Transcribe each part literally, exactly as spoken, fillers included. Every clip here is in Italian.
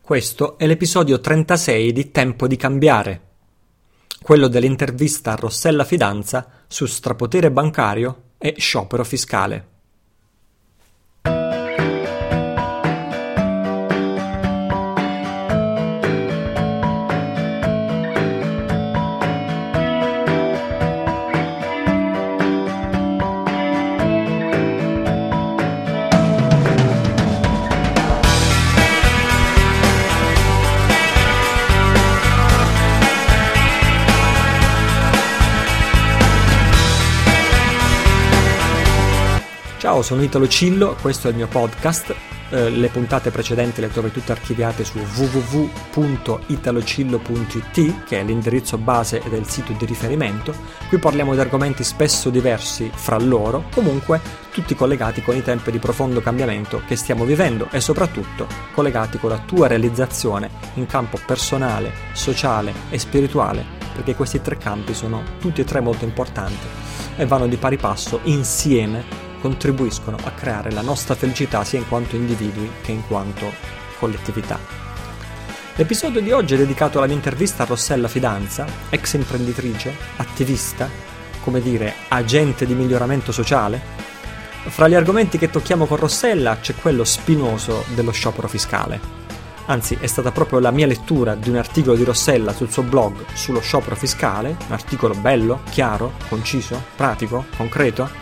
Questo è l'episodio trentasei di Tempo di cambiare, quello dell'intervista a Rossella Fidanza su strapotere bancario e sciopero fiscale. Ciao, sono Italo Cillo, questo è il mio podcast, eh, le puntate precedenti le trovi tutte archiviate su w w w punto italocillo punto i t, che è l'indirizzo base del sito di riferimento. Qui parliamo di argomenti spesso diversi fra loro, comunque tutti collegati con i tempi di profondo cambiamento che stiamo vivendo e soprattutto collegati con la tua realizzazione in campo personale, sociale e spirituale, perché questi tre campi sono tutti e tre molto importanti e vanno di pari passo insieme, contribuiscono a creare la nostra felicità sia in quanto individui che in quanto collettività. L'episodio di oggi è dedicato alla mia intervista a Rossella Fidanza, ex imprenditrice, attivista, come dire, agente di miglioramento sociale. Fra gli argomenti che tocchiamo con Rossella c'è quello spinoso dello sciopero fiscale. Anzi, è stata proprio la mia lettura di un articolo di Rossella sul suo blog sullo sciopero fiscale, un articolo bello, chiaro, conciso, pratico, concreto.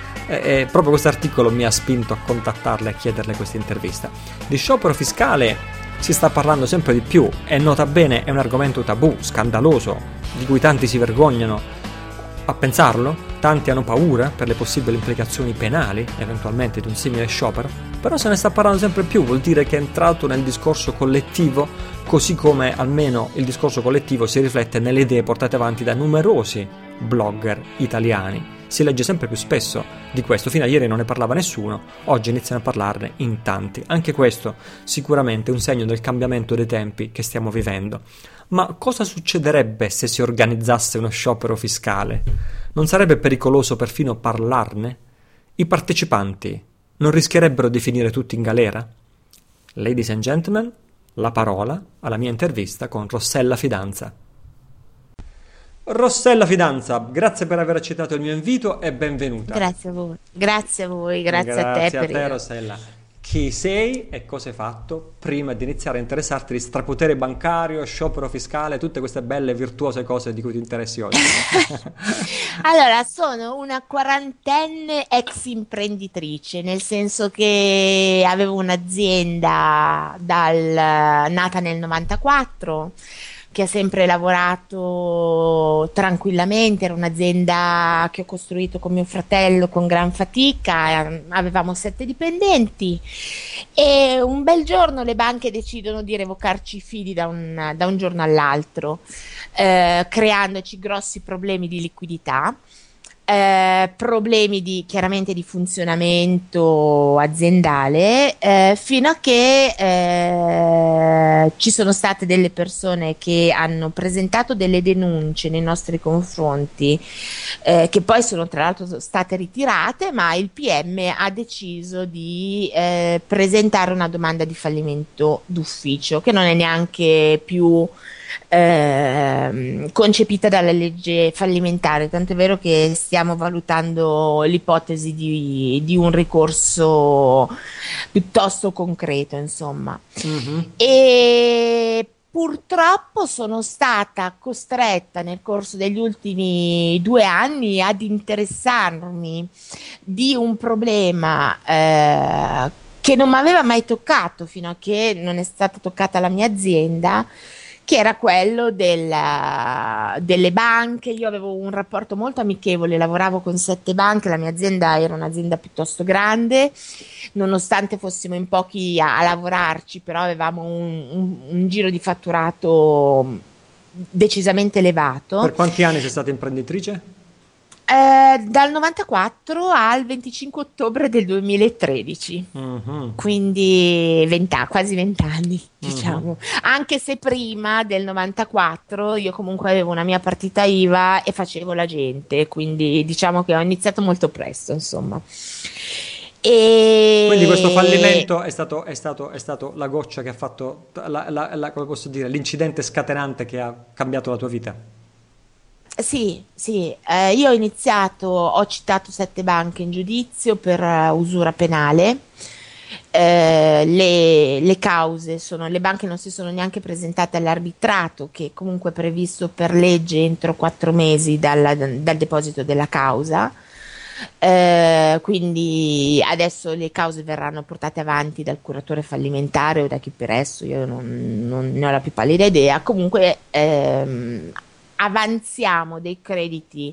E proprio questo articolo mi ha spinto a contattarle e a chiederle questa intervista. Di sciopero fiscale si sta parlando sempre di più e nota bene è un argomento tabù, scandaloso, di cui tanti si vergognano a pensarlo, tanti hanno paura per le possibili implicazioni penali eventualmente di un simile sciopero, però se ne sta parlando sempre più, vuol dire che è entrato nel discorso collettivo, così come almeno il discorso collettivo si riflette nelle idee portate avanti da numerosi blogger italiani. Si legge sempre più spesso di questo, fino a ieri non ne parlava nessuno, oggi iniziano a parlarne in tanti. Anche questo sicuramente è un segno del cambiamento dei tempi che stiamo vivendo. Ma cosa succederebbe se si organizzasse uno sciopero fiscale? Non sarebbe pericoloso perfino parlarne? I partecipanti non rischierebbero di finire tutti in galera? Ladies and gentlemen, la parola alla mia intervista con Rossella Fidanza. Rossella Fidanza, grazie per aver accettato il mio invito e benvenuta. Grazie a voi, grazie a voi, grazie, grazie a te. Grazie a per te, il... Rossella. Chi sei e cosa hai fatto prima di iniziare a interessarti di strapotere bancario, sciopero fiscale, tutte queste belle virtuose cose di cui ti interessi oggi? Allora, sono una quarantenne ex imprenditrice, nel senso che avevo un'azienda dal, nata nel novantaquattro, che ha sempre lavorato tranquillamente, era un'azienda che ho costruito con mio fratello con gran fatica, avevamo sette dipendenti e un bel giorno le banche decidono di revocarci i fidi da un, da un giorno all'altro, eh, creandoci grossi problemi di liquidità. Eh, problemi di, chiaramente di funzionamento aziendale, eh, fino a che eh, ci sono state delle persone che hanno presentato delle denunce nei nostri confronti, eh, che poi sono tra l'altro state ritirate, ma il P M ha deciso di eh, presentare una domanda di fallimento d'ufficio, che non è neanche più Eh, concepita dalla legge fallimentare, tant'è vero che stiamo valutando l'ipotesi di, di un ricorso piuttosto concreto, insomma. Mm-hmm. E purtroppo sono stata costretta nel corso degli ultimi due anni ad interessarmi di un problema eh, che non mi aveva mai toccato fino a che non è stata toccata la mia azienda, che era quello della, delle banche. Io avevo un rapporto molto amichevole, lavoravo con sette banche, la mia azienda era un'azienda piuttosto grande, nonostante fossimo in pochi a, a lavorarci, però avevamo un, un, un giro di fatturato decisamente elevato. Per quanti anni sei stata imprenditrice? Eh, dal novantaquattro al venticinque ottobre del duemilatredici, uh-huh. Quindi venti, quasi vent'anni, diciamo. Uh-huh. Anche se prima del novantaquattro io comunque avevo una mia partita I V A e facevo l'agente, quindi diciamo che ho iniziato molto presto, insomma. Quindi questo E fallimento è stato, è stato, è stato la goccia che ha fatto, la, la- la- come posso dire, l'incidente scatenante che ha cambiato la tua vita. sì, sì, eh, io ho iniziato, ho citato sette banche in giudizio per eh, usura penale. Eh, le, le cause sono, le banche non si sono neanche presentate all'arbitrato, che comunque è previsto per legge entro quattro mesi dalla- dal deposito della causa. Eh, quindi adesso le cause verranno portate avanti dal curatore fallimentare o da chi per esso, io non, non ne ho la più pallida idea. Comunque ehm, avanziamo dei crediti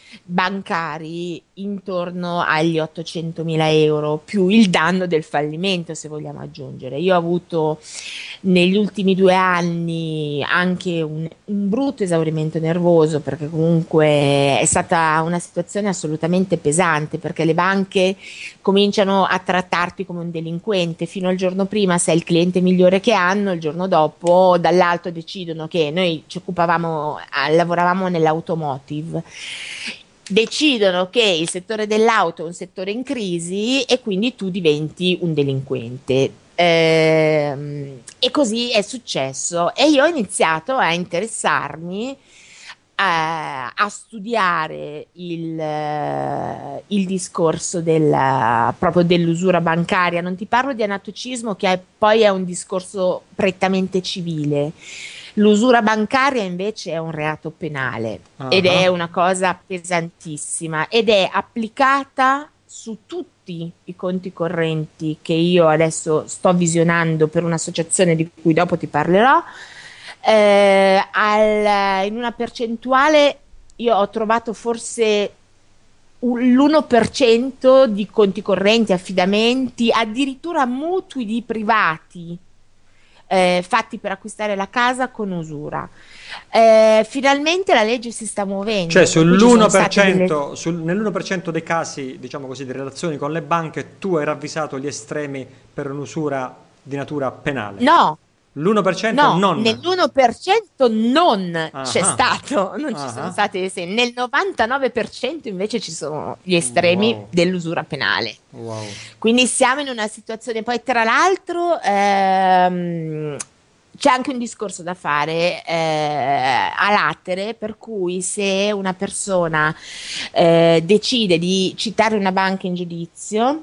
bancari intorno agli ottocentomila euro più il danno del fallimento, se vogliamo aggiungere. Io ho avuto negli ultimi due anni anche un, un brutto esaurimento nervoso, perché comunque è stata una situazione assolutamente pesante, perché le banche cominciano a trattarti come un delinquente. Fino al giorno prima sei il cliente migliore che hanno, il giorno dopo dall'alto decidono che noi ci occupavamo, eh, lavoravamo nell'automotive, decidono che il settore dell'auto è un settore in crisi e quindi tu diventi un delinquente. Ehm, e così è successo e io ho iniziato a interessarmi a, a studiare il, eh, il discorso della, proprio dell'usura bancaria. Non ti parlo di anatocismo, che è- poi è un discorso prettamente civile. L'usura bancaria invece è un reato penale Ah, ed è ah. una cosa pesantissima ed è applicata su tutti i conti correnti che io adesso sto visionando per un'associazione di cui dopo ti parlerò. Eh, al- in una percentuale io ho trovato forse un- l'uno per cento di conti correnti, affidamenti, addirittura mutui di privati eh, fatti per acquistare la casa con usura. Eh, finalmente la legge si sta Cioè muovendo, per cui ci sono state delle. sull'uno per cento, sul, nell'uno per cento dei casi, diciamo così, di relazioni con le banche, tu hai ravvisato gli estremi per un'usura di natura penale. No, L'uno per cento no, non. nell'uno per cento non Ah, c'è ah. stato, non ci Ah, sono ah. stati esempi. Nel novantanove per cento invece ci sono gli estremi Wow, dell'usura penale. wow. Quindi siamo in una situazione, poi tra l'altro ehm, c'è anche un discorso da fare eh, a latere, per cui se una persona eh, decide di citare una banca in giudizio,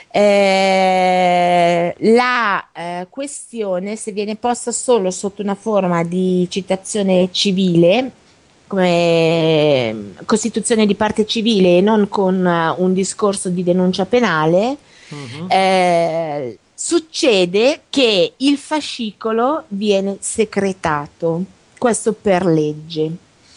eh, la eh, questione, se viene posta solo sotto una forma di citazione civile, come costituzione di parte civile e non con eh, un discorso di denuncia penale, Mhm. eh, succede che il fascicolo viene secretato, questo per legge.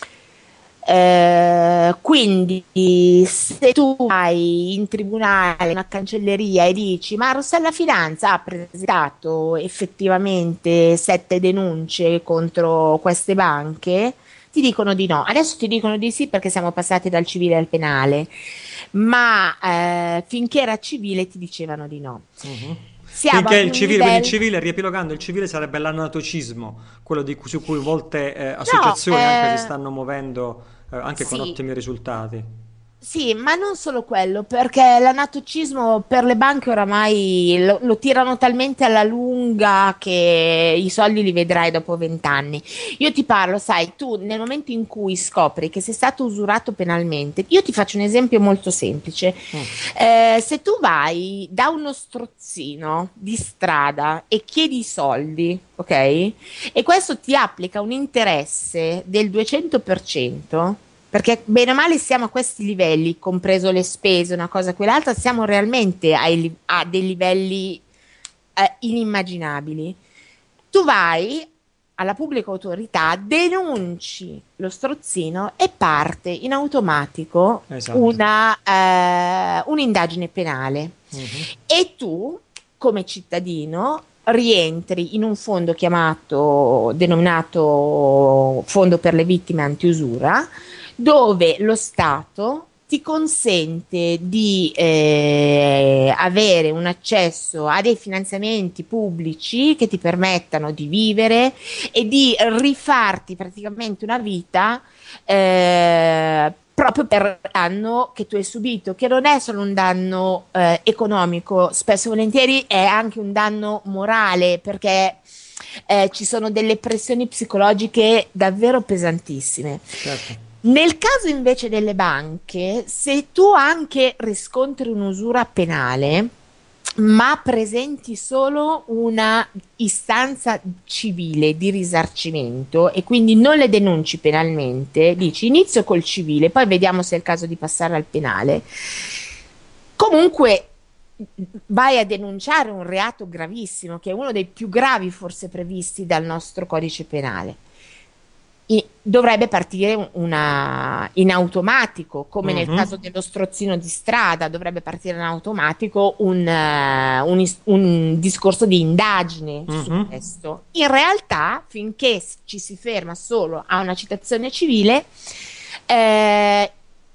Eh, quindi se tu vai in tribunale, in una cancelleria e dici ma Rossella Finanza ha presentato effettivamente sette denunce contro queste banche, ti dicono di no. Adesso ti dicono di sì perché siamo passati dal civile al penale, ma eh, finché era civile ti dicevano di no. Mhm. Siamo Finché ad il un civile, quindi il livello. civile, riepilogando, il civile sarebbe l'anatocismo, quello di cui- su cui molte eh, No, associazioni anche si eh, stanno muovendo, eh, anche con sì. ottimi risultati. Sì, ma non solo quello, perché l'anatocismo per le banche oramai lo, lo tirano talmente alla lunga che i soldi li vedrai dopo vent'anni. Io ti parlo, sai, tu nel momento in cui scopri che sei stato usurato penalmente, io ti faccio un esempio molto semplice. Mm. Eh, se tu vai da uno strozzino di strada e chiedi i soldi, ok? E questo ti applica un interesse del duecento per cento, perché bene o male siamo a questi livelli, compreso le spese, una cosa e quell'altra, siamo realmente ai li- a dei livelli eh, inimmaginabili. Tu vai alla pubblica autorità, denunci lo strozzino e parte in automatico Esatto. una, eh, un'indagine penale. Mhm. E tu, come cittadino, rientri in un fondo chiamato, denominato Fondo per le vittime antiusura, dove lo Stato ti consente di eh, avere un accesso a dei finanziamenti pubblici che ti permettano di vivere e di rifarti praticamente una vita eh, proprio per il danno che tu hai subito, che non è solo un danno eh, economico, spesso e volentieri è anche un danno morale, perché eh, ci sono delle pressioni psicologiche davvero pesantissime. Certo. Nel caso invece delle banche, se tu anche riscontri un'usura penale, ma presenti solo una istanza civile di risarcimento e quindi non le denunci penalmente, dici inizio col civile, poi vediamo se è il caso di passare al penale. Comunque vai a denunciare un reato gravissimo, che è uno dei più gravi forse previsti dal nostro codice penale. I- dovrebbe partire una, in automatico, come nel Mhm. caso dello strozzino di strada, dovrebbe partire in automatico un, eh, un is- un discorso di indagine su Mhm. questo. In realtà, finché s- ci si ferma solo a una citazione civile, eh,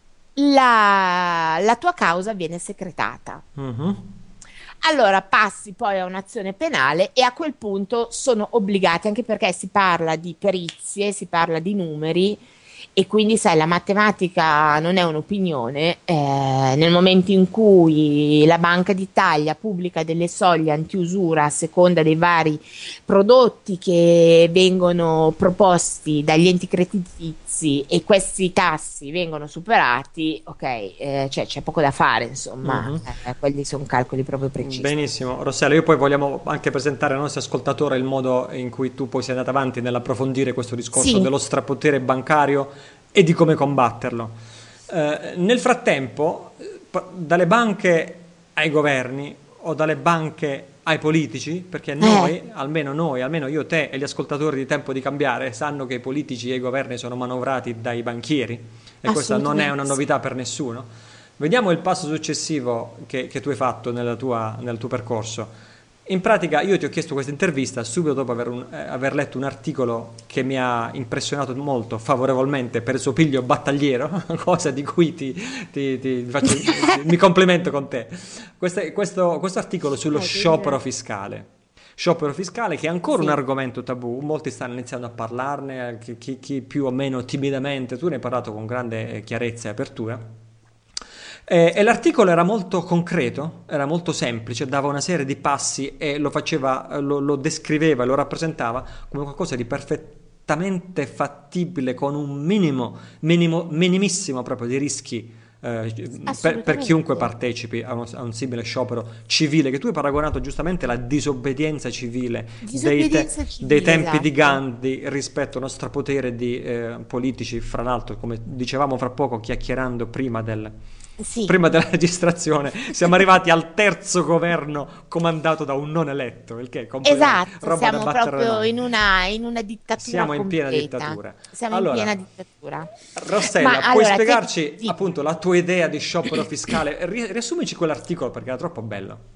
la, la tua causa viene secretata. Mhm. Allora passi poi a un'azione penale e a quel punto sono obbligati, anche perché si parla di perizie, si parla di numeri e quindi sai, la matematica non è un'opinione. Eh, nel momento in cui la Banca d'Italia pubblica delle soglie antiusura a seconda dei vari prodotti che vengono proposti dagli enti creditizi e questi tassi vengono superati, ok, eh, cioè, c'è poco da fare, insomma, Mhm. eh, quelli sono calcoli proprio precisi. Benissimo, Rossella, io poi vogliamo anche presentare ai nostri ascoltatori il modo in cui tu poi sei andata avanti nell'approfondire questo discorso Sì, dello strapotere bancario e di come combatterlo. Eh, nel frattempo, eh, pa- dalle banche ai governi o dalle banche ai politici, perché eh, noi, almeno noi, almeno io, te e gli ascoltatori di Tempo di Cambiare, sanno che i politici e i governi sono manovrati dai banchieri e questa non è una assolutamente sì. novità per nessuno. Vediamo il passo successivo che, che tu hai fatto nella tua- nel tuo percorso. In pratica io ti ho chiesto questa intervista subito dopo aver, un- eh, aver letto un articolo che mi ha impressionato molto favorevolmente per il suo piglio battagliero, cosa di cui ti, ti- ti faccio- ti- mi complimento con te. Queste- questo, questo articolo sullo Eh, ti sciopero ringrazio. fiscale. Sciopero fiscale che è ancora un Sì, argomento tabù, molti stanno iniziando a parlarne, eh, chi, chi- chi più o meno timidamente, tu ne hai parlato con grande eh, chiarezza e apertura. Eh, e l'articolo era molto concreto, era molto semplice, dava una serie di passi e lo faceva, eh, lo, lo descriveva, lo rappresentava come qualcosa di perfettamente fattibile con un minimo, minimo, minimissimo proprio di rischi eh, per, per chiunque assolutamente. partecipi a, uno- a un simile sciopero civile, che tu hai paragonato giustamente alla disobbedienza civile dei, te- Disobbedienza dei civile, tempi di esatto. Gandhi rispetto a uno strapotere di eh, politici, fra l'altro, come dicevamo fra poco, chiacchierando prima del Sì, prima della registrazione, siamo arrivati al terzo governo comandato da un non eletto, il che è compl- esatto, roba da siamo battere le proprio mani. in una, in una dittatura Siamo in piena completa. dittatura. Siamo in piena Allora, dittatura. Ma Rossella, puoi allora, te, spiegarci sì. appunto la tua idea di sciopero fiscale? Ri- riassumici quell'articolo perché era troppo bello.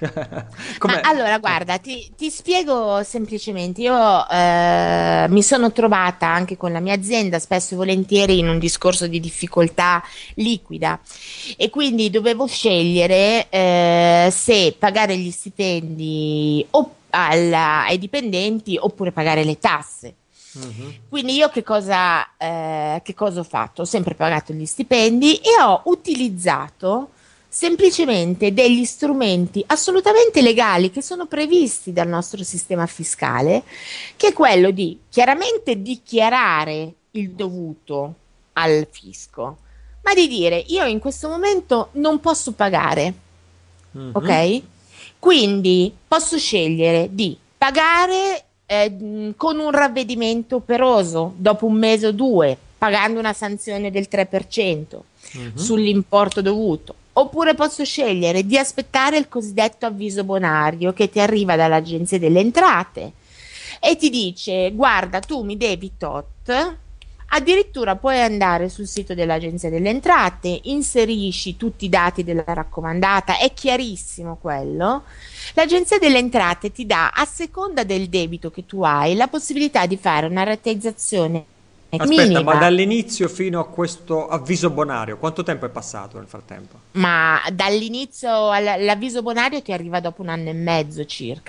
Ma Come... allora, eh, guarda, ti, ti spiego semplicemente. Io eh, mi sono trovata anche con la mia azienda spesso e volentieri in un discorso di difficoltà liquida e quindi dovevo scegliere eh, se pagare gli stipendi o alla- ai dipendenti oppure pagare le tasse. mhm, Quindi io che cosa, eh, che cosa ho fatto? Ho sempre pagato gli stipendi e ho utilizzato semplicemente degli strumenti assolutamente legali che sono previsti dal nostro sistema fiscale, che è quello di chiaramente dichiarare il dovuto al fisco, ma di dire io in questo momento non posso pagare, mhm, ok? Quindi posso scegliere di pagare eh, mh, con un ravvedimento operoso dopo un mese o due, pagando una sanzione del tre per cento mhm. sull'importo dovuto. Oppure posso scegliere di aspettare il cosiddetto avviso bonario che ti arriva dall'Agenzia delle Entrate e ti dice: guarda, tu mi devi tot. Addirittura puoi andare sul sito dell'Agenzia delle Entrate, inserisci tutti i dati della raccomandata, è chiarissimo quello. L'Agenzia delle Entrate ti dà, a seconda del debito che tu hai, la possibilità di fare una rateizzazione Aspetta, ma minima, dall'inizio fino a questo avviso bonario, quanto tempo è passato nel frattempo? ma dall'inizio all'avviso bonario ti arriva dopo un anno e mezzo circa.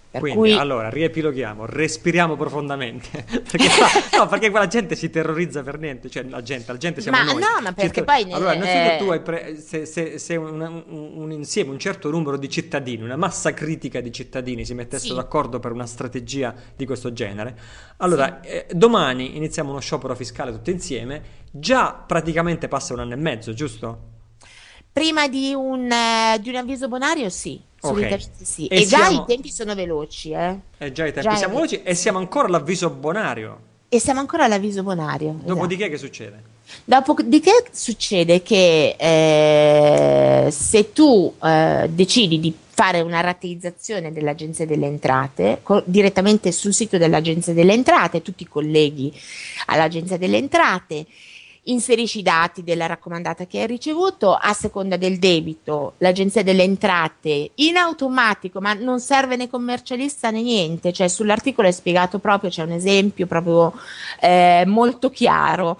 Per Quindi, cui allora, riepiloghiamo, respiriamo profondamente, perché, fa- no, perché qua la gente si terrorizza per niente, cioè la gente, la gente siamo ma noi. no, ma Ci perché ter- poi allora, innanzitutto tu eh, hai pre- se, se- se un, un- un insieme, un certo numero di cittadini, una massa critica di cittadini si mettessero sì, d'accordo per una strategia di questo genere, sì. allora eh, domani iniziamo uno sciopero fiscale tutti insieme, già praticamente passa un anno e mezzo, giusto? Prima di un, eh, di un avviso bonario, sì, Ok, solitamente sì. e E già i siamo, tempi sono veloci, eh. eh, già i tempi Già siamo è- veloci e sì. siamo ancora all'avviso bonario. E siamo ancora all'avviso bonario, Dopodiché esatto. che succede? Dopodiché succede che eh, se tu eh, decidi di fare una rateizzazione dell'Agenzia delle Entrate co- direttamente sul sito dell'Agenzia delle Entrate, tu ti colleghi all'Agenzia delle Entrate, inserisci i dati della raccomandata che hai ricevuto, a seconda del debito, l'Agenzia delle Entrate in automatico, ma non serve né commercialista né niente, cioè sull'articolo è spiegato proprio, c'è un esempio proprio eh, molto chiaro.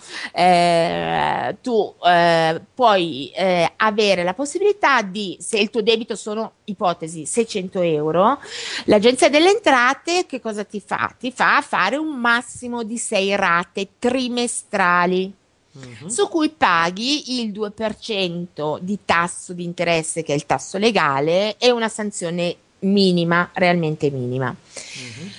Eh, tu eh, puoi eh, avere la possibilità di, se il tuo debito sono, ipotesi, seicento euro, l'Agenzia delle Entrate che cosa ti fa? Ti fa fare un massimo di sei rate trimestrali Mhm, su cui paghi il due per cento di tasso di interesse, che è il tasso legale, e una sanzione minima, realmente minima. mhm.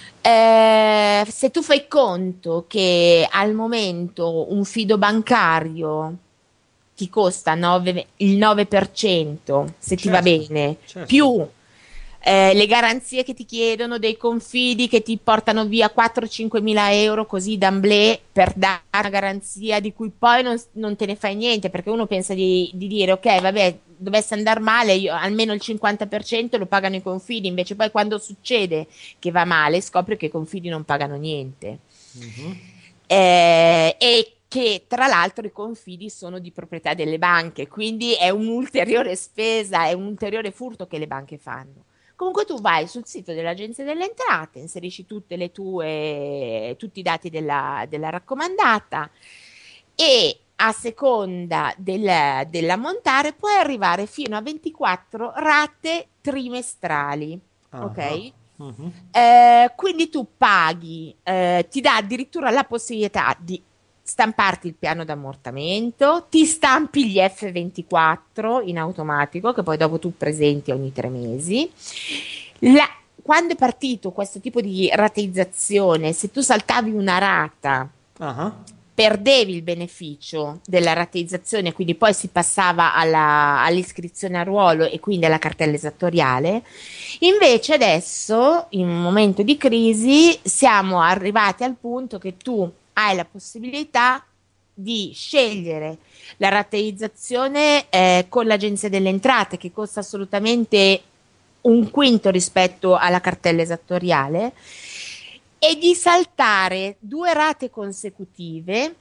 Eh, se tu fai conto che al momento un fido bancario ti costa nove il nove per cento, se ti va Certo, bene, certo. più eh, le garanzie che ti chiedono dei confidi che ti portano via quattro-cinque mila euro così d'amblè per dare una garanzia di cui poi non, non te ne fai niente, perché uno pensa di, di dire ok, vabbè, dovesse andare male, io, almeno il cinquanta per cento lo pagano i confidi, invece poi quando succede che va male scopri che i confidi non pagano niente. Mhm. Eh, e che tra l'altro i confidi sono di proprietà delle banche, quindi è un'ulteriore spesa, è un ulteriore furto che le banche fanno. Comunque tu vai sul sito dell'Agenzia delle Entrate, inserisci tutte le tue, tutti i dati della, della raccomandata e a seconda del- dell'ammontare puoi arrivare fino a ventiquattro rate trimestrali, Ah, ok? mhm. Eh, quindi tu paghi, eh, ti dà addirittura la possibilità di stamparti il piano d'ammortamento, ti stampi gli F ventiquattro in automatico, che poi dopo tu presenti ogni tre mesi. La- quando è partito questo tipo di rateizzazione, se tu saltavi una rata, Ah, perdevi il beneficio della rateizzazione, quindi poi si passava alla- all'iscrizione a ruolo e quindi alla cartella esattoriale. Invece adesso, in un momento di crisi, siamo arrivati al punto che tu hai la possibilità di scegliere la rateizzazione eh, con l'Agenzia delle Entrate, che costa assolutamente un quinto rispetto alla cartella esattoriale, e di saltare due rate consecutive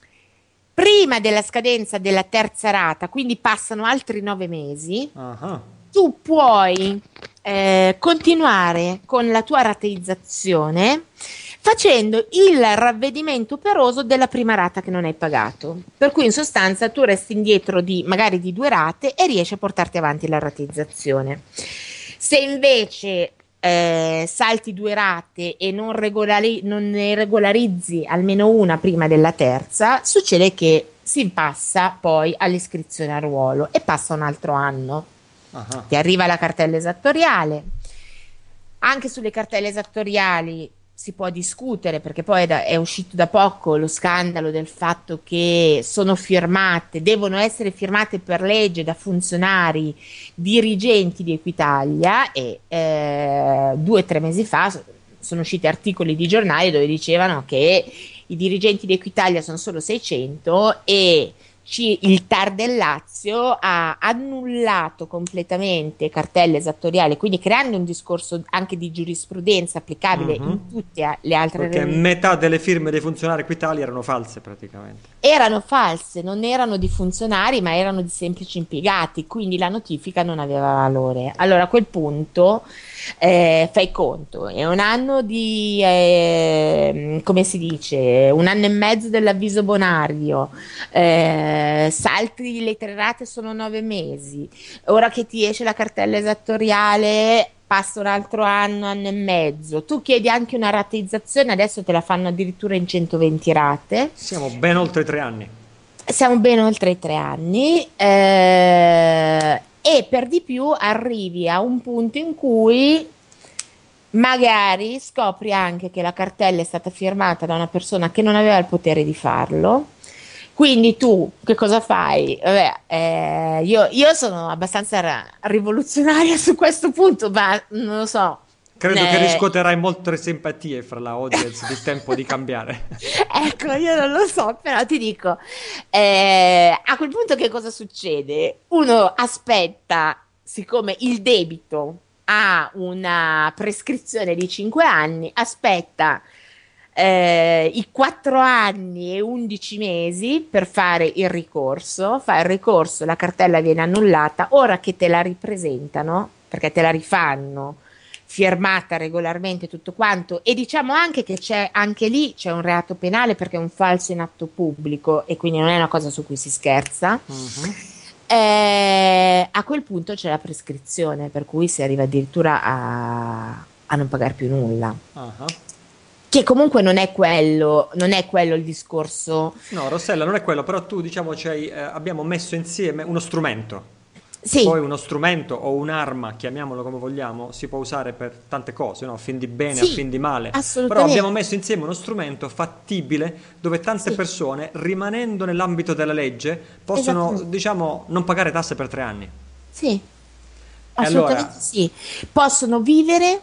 prima della scadenza della terza rata, quindi passano altri nove mesi, ah, tu puoi eh, continuare con la tua rateizzazione facendo il ravvedimento operoso della prima rata che non hai pagato. Per cui in sostanza tu resti indietro di magari di due rate e riesci a portarti avanti la rateizzazione. Se invece eh, salti due rate e non, regolari- non ne regolarizzi almeno una prima della terza, succede che si passa poi all'iscrizione a ruolo e passa un altro anno. ah, ah. Ti arriva la cartella esattoriale. Anche sulle cartelle esattoriali si può discutere perché poi è, da- è uscito da poco lo scandalo del fatto che sono firmate, devono essere firmate per legge da funzionari dirigenti di Equitalia e eh, due o tre mesi fa so- sono usciti articoli di giornali dove dicevano che i dirigenti di Equitalia sono solo seicento e ci- il Tar del Lazio ha annullato completamente cartelle esattoriali, quindi creando un discorso anche di giurisprudenza applicabile Mhm. in tutte a- le altre Perché re- metà delle firme dei funzionari qui Italia erano false praticamente. erano false, non erano di funzionari, ma erano di semplici impiegati, quindi la notifica non aveva valore. Allora a quel punto eh, fai conto, è un anno di, eh, come si dice, un anno e mezzo dell'avviso bonario, eh, salti le tre rate sono nove mesi, ora che ti esce la cartella esattoriale passa un altro anno, anno e mezzo, tu chiedi anche una rateizzazione, adesso te la fanno addirittura in centoventi rate. Siamo ben oltre tre anni. Siamo ben oltre i tre anni, eh, e per di più arrivi a un punto in cui magari scopri anche che la cartella è stata firmata da una persona che non aveva il potere di farlo. Quindi tu che cosa fai? Vabbè, eh, io, io sono abbastanza ra- rivoluzionaria su questo punto, ma non lo so. Credo che Eh, riscuoterai molte simpatie fra la audience di Tempo di Cambiare. ecco, io non lo so, però ti dico, eh, a quel punto che cosa succede? Uno aspetta, siccome il debito ha una prescrizione di cinque anni, aspetta eh, i quattro anni e undici mesi per fare il ricorso, fa il ricorso, la cartella viene annullata, ora che te la ripresentano, perché te la rifanno, firmata regolarmente tutto quanto, e diciamo anche che c'è anche lì c'è un reato penale perché è un falso in atto pubblico e quindi non è una cosa su cui si scherza. Mhm. Eh, a quel punto c'è la prescrizione, per cui si arriva addirittura a, a non pagare più nulla. Ah. Che comunque non è quello, non è quello il discorso. No, Rossella, non è quello, però tu diciamo c'hai, eh, abbiamo messo insieme uno strumento. Sì, Poi uno strumento o un'arma, chiamiamolo come vogliamo, si può usare per tante cose, no? A fin di bene, a sì, fin di male. Però assolutamente. abbiamo messo insieme uno strumento fattibile dove tante Sì, persone, rimanendo nell'ambito della legge, possono, esattamente. diciamo, non pagare tasse per tre anni. Sì, E assolutamente allora, sì. Possono vivere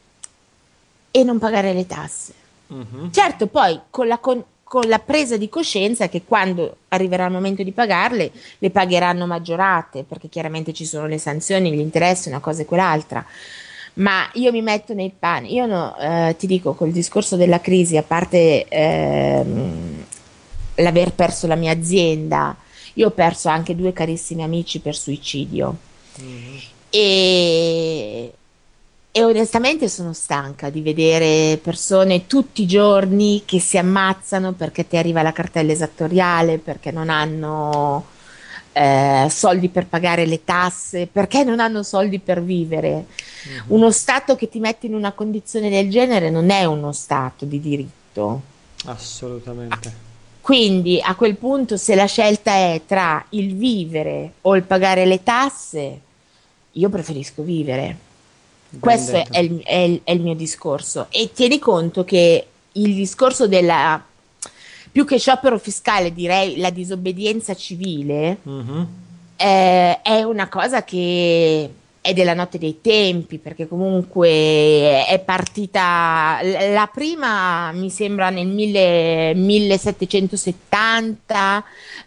e non pagare le tasse. mhm, Certo, poi con la, con- con la presa di coscienza che quando arriverà il momento di pagarle, le pagheranno maggiorate, perché chiaramente ci sono le sanzioni, gli interessi, una cosa e quell'altra. Ma io mi metto nei panni, io no, eh, ti dico, col discorso della crisi, a parte ehm, l'aver perso la mia azienda, io ho perso anche due carissimi amici per suicidio. mhm. E, e onestamente sono stanca di vedere persone tutti i giorni che si ammazzano perché ti arriva la cartella esattoriale, perché non hanno eh, soldi per pagare le tasse, perché non hanno soldi per vivere. Mhm. Uno Stato che ti mette in una condizione del genere non è uno Stato di diritto. Assolutamente. Quindi a quel punto, se la scelta è tra il vivere o il pagare le tasse, io preferisco vivere. Ben Questo è, detto. è il, è il- è il mio discorso. E tieni conto che il discorso della, più che sciopero fiscale, direi la disobbedienza civile, Mhm. eh, è una cosa che è della notte dei tempi, perché comunque è partita l- la prima, mi sembra nel mille- millesettecentosettanta,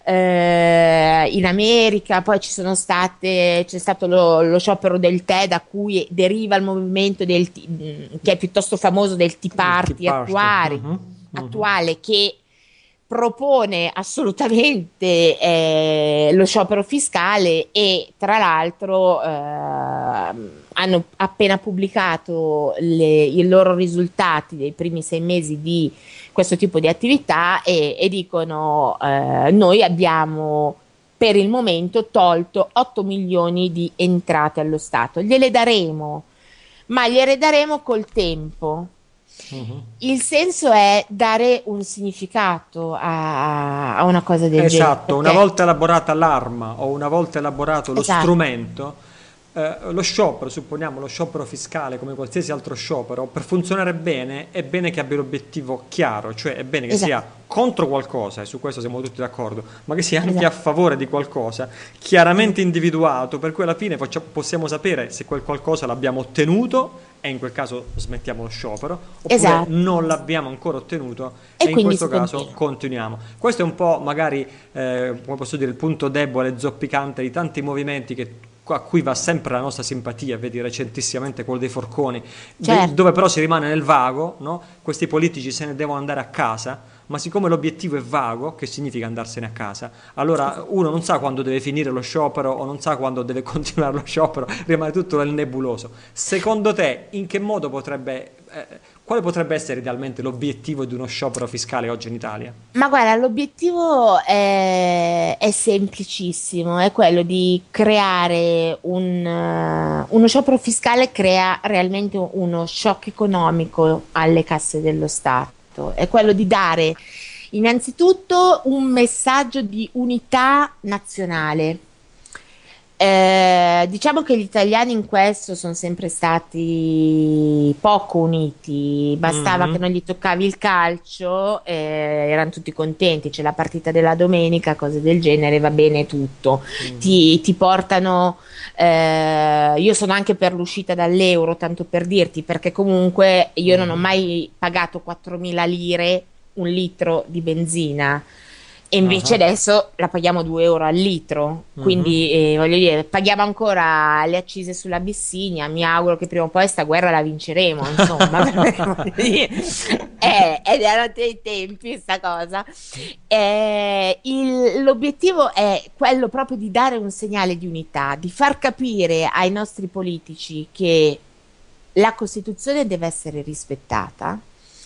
eh, in America, poi ci sono state, c'è stato lo, lo sciopero del tè da cui deriva il movimento del, ti- mh, che è piuttosto famoso del Tea Il Tea Party Party. attuale, Mhm, mhm. attuale che propone assolutamente eh, lo sciopero fiscale e tra l'altro ehm, hanno appena pubblicato le- i loro risultati dei primi sei mesi di questo tipo di attività e, e dicono eh, noi abbiamo per il momento tolto otto milioni di entrate allo Stato, gliele daremo, ma gliele daremo col tempo. Mhm. Il senso è dare un significato a, a una cosa del genere, Esatto, una perché volta elaborata l'arma o una volta elaborato lo esatto, strumento, eh, lo sciopero, supponiamo lo sciopero fiscale come qualsiasi altro sciopero, per funzionare bene è bene che abbia l'obiettivo chiaro, cioè è bene che sia esatto, contro qualcosa, e su questo siamo tutti d'accordo, ma che sia anche a esatto, favore di qualcosa, esatto, chiaramente individuato, per cui alla fine faccia- possiamo sapere se quel qualcosa l'abbiamo ottenuto e in quel caso smettiamo lo sciopero, oppure esatto. non l'abbiamo ancora ottenuto E e in quindi questo si caso continua. continuiamo. Questo è un po' magari, eh, come posso dire, il punto debole, zoppicante di tanti movimenti che, a cui va sempre la nostra simpatia, vedi recentissimamente quello dei forconi, de- Certo, dove però si rimane nel vago, no? Questi politici se ne devono andare a casa, ma siccome l'obiettivo è vago, che significa andarsene a casa, allora esatto. uno non sa quando deve finire lo sciopero o non sa quando deve continuare lo sciopero, rimane tutto nel nebuloso. Secondo te, in che modo potrebbe, eh, quale potrebbe essere idealmente l'obiettivo di uno sciopero fiscale oggi in Italia? Ma guarda, l'obiettivo è, è semplicissimo, è quello di creare un, eh, uno sciopero fiscale crea realmente uno shock economico alle casse dello Stato, è quello di dare innanzitutto un messaggio di unità nazionale. Eh, diciamo che gli italiani in questo sono sempre stati poco uniti, bastava che Mhm. non gli toccavi il calcio, eh, erano tutti contenti, c'è la partita della domenica, cose del genere, va bene tutto. Mhm. Ti, ti portano, eh, io sono anche per l'uscita dall'euro, tanto per dirti, perché comunque io non ho Mhm. mai pagato quattromila lire un litro di benzina. E invece Ah. adesso la paghiamo due euro al litro, Mhm. quindi eh, voglio dire, paghiamo ancora le accise sull'Abissinia. Mi auguro che prima o poi sta guerra la vinceremo, insomma, perché, voglio dire, eh, ed erano dei tempi sta cosa. Eh, il- l'obiettivo è quello proprio di dare un segnale di unità, di far capire ai nostri politici che la Costituzione deve essere rispettata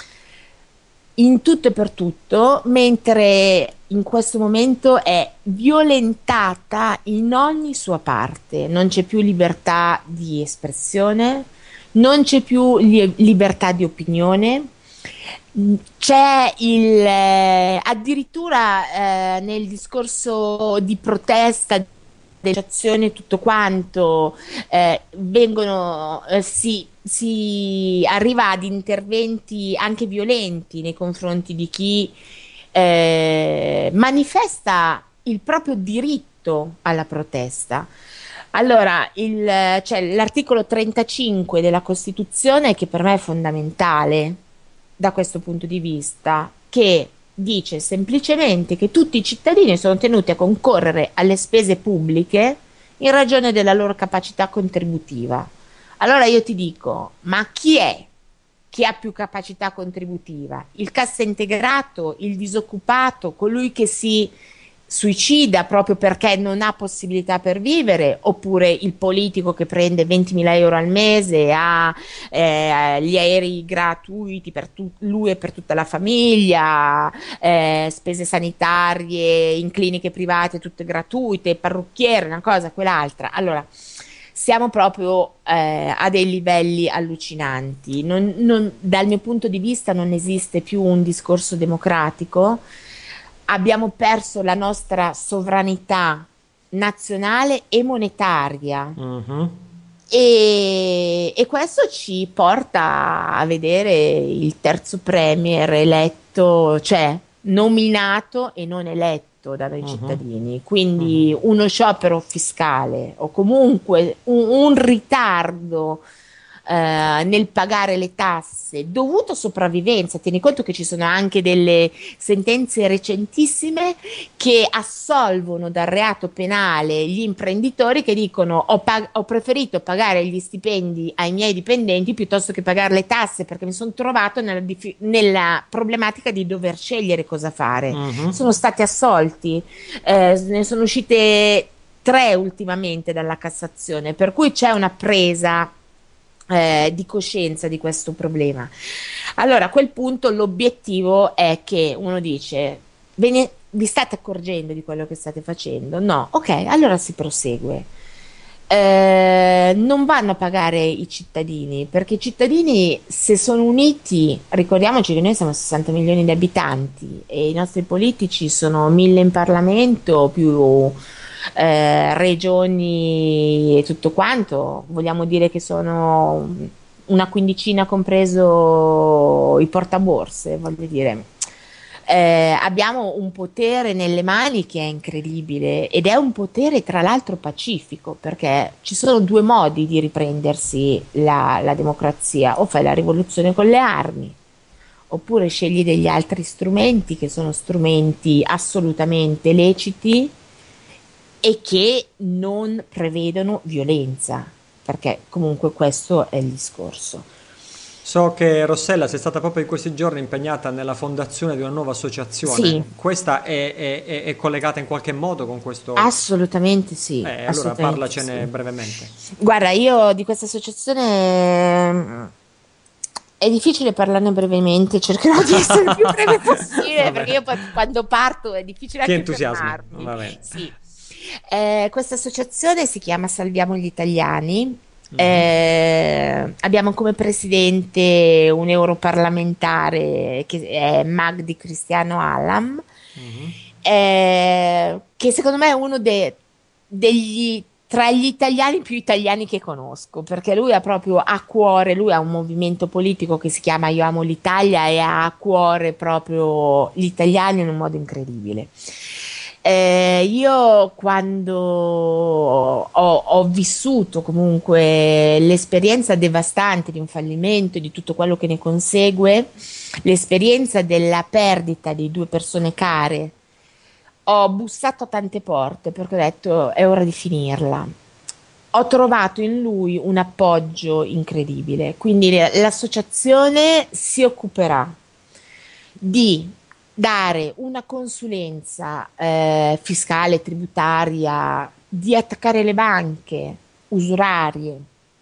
in tutto e per tutto, mentre in questo momento è violentata in ogni sua parte. Non c'è più libertà di espressione, non c'è più li- libertà di opinione. Mm, C'è il, eh, addirittura eh, nel discorso di protesta, denunciazione e tutto quanto, eh, vengono, eh, si, si arriva ad interventi anche violenti nei confronti di chi eh, manifesta il proprio diritto alla protesta. Allora, il, c'è l'articolo trentacinque della Costituzione che per me è fondamentale da questo punto di vista, che dice semplicemente che tutti i cittadini sono tenuti a concorrere alle spese pubbliche in ragione della loro capacità contributiva. Allora io ti dico, ma chi è che ha più capacità contributiva? Il cassa integrato, il disoccupato, colui che si suicida proprio perché non ha possibilità per vivere, oppure il politico che prende ventimila euro al mese, ha eh, gli aerei gratuiti per tu- lui e per tutta la famiglia, eh, spese sanitarie in cliniche private tutte gratuite, parrucchiere, una cosa, quell'altra. Allora, siamo proprio eh, a dei livelli allucinanti. Non- non- dal mio punto di vista non esiste più un discorso democratico, abbiamo perso la nostra sovranità nazionale e monetaria. Mhm. E, e questo ci porta a vedere il terzo premier eletto, cioè nominato e non eletto da noi Mhm. cittadini. Mhm. Quindi uno sciopero fiscale o comunque un, un ritardo eh, nel pagare le tasse dovuto a sopravvivenza. Tieni conto che ci sono anche delle sentenze recentissime che assolvono dal reato penale gli imprenditori che dicono ho, pag- ho preferito pagare gli stipendi ai miei dipendenti piuttosto che pagare le tasse perché mi sono trovato nella, dif- nella problematica di dover scegliere cosa fare. Mhm. Sono stati assolti, eh, ne sono uscite tre ultimamente dalla Cassazione, per cui c'è una presa eh, di coscienza di questo problema. Allora, a quel punto l'obiettivo è che uno dice, ve ne- vi state accorgendo di quello che state facendo? No, ok, allora si prosegue. Eh, non vanno a pagare i cittadini, perché i cittadini, se sono uniti, ricordiamoci che noi siamo sessanta milioni di abitanti e i nostri politici sono mille in Parlamento, più eh, regioni e tutto quanto, vogliamo dire che sono una quindicina compreso i portaborse, voglio dire. Eh, abbiamo un potere nelle mani che è incredibile ed è un potere tra l'altro pacifico perché ci sono due modi di riprendersi la, la democrazia: o fai la rivoluzione con le armi oppure scegli degli altri strumenti che sono strumenti assolutamente leciti e che non prevedono violenza, perché comunque questo è il discorso. So che Rossella sei stata proprio in questi giorni impegnata nella fondazione di una nuova associazione. Sì, Questa è, è- è- è collegata in qualche modo con questo? assolutamente sì, Eh, allora assolutamente parlacene sì. brevemente. Guarda, io di questa associazione È difficile parlarne brevemente, cercherò di essere il più breve possibile, Vabbè. perché io poi quando parto è difficile Ti anche entusiasma, fermarmi. va bene. Sì. Eh, questa associazione si chiama Salviamo gli Italiani. Mhm, Eh, abbiamo come presidente un europarlamentare che è Magdi Cristiano Alam, mhm. eh, che secondo me è uno de- degli tra gli italiani più italiani che conosco, perché lui ha proprio a cuore, lui ha un movimento politico che si chiama Io amo l'Italia e ha a cuore proprio gli italiani in un modo incredibile. Eh, io quando ho, ho vissuto comunque l'esperienza devastante di un fallimento e di tutto quello che ne consegue, l'esperienza della perdita di due persone care, ho bussato a tante porte perché ho detto è ora di finirla. Ho trovato in lui un appoggio incredibile, quindi l'associazione si occuperà di dare una consulenza eh, fiscale, tributaria, di attaccare le banche usurarie.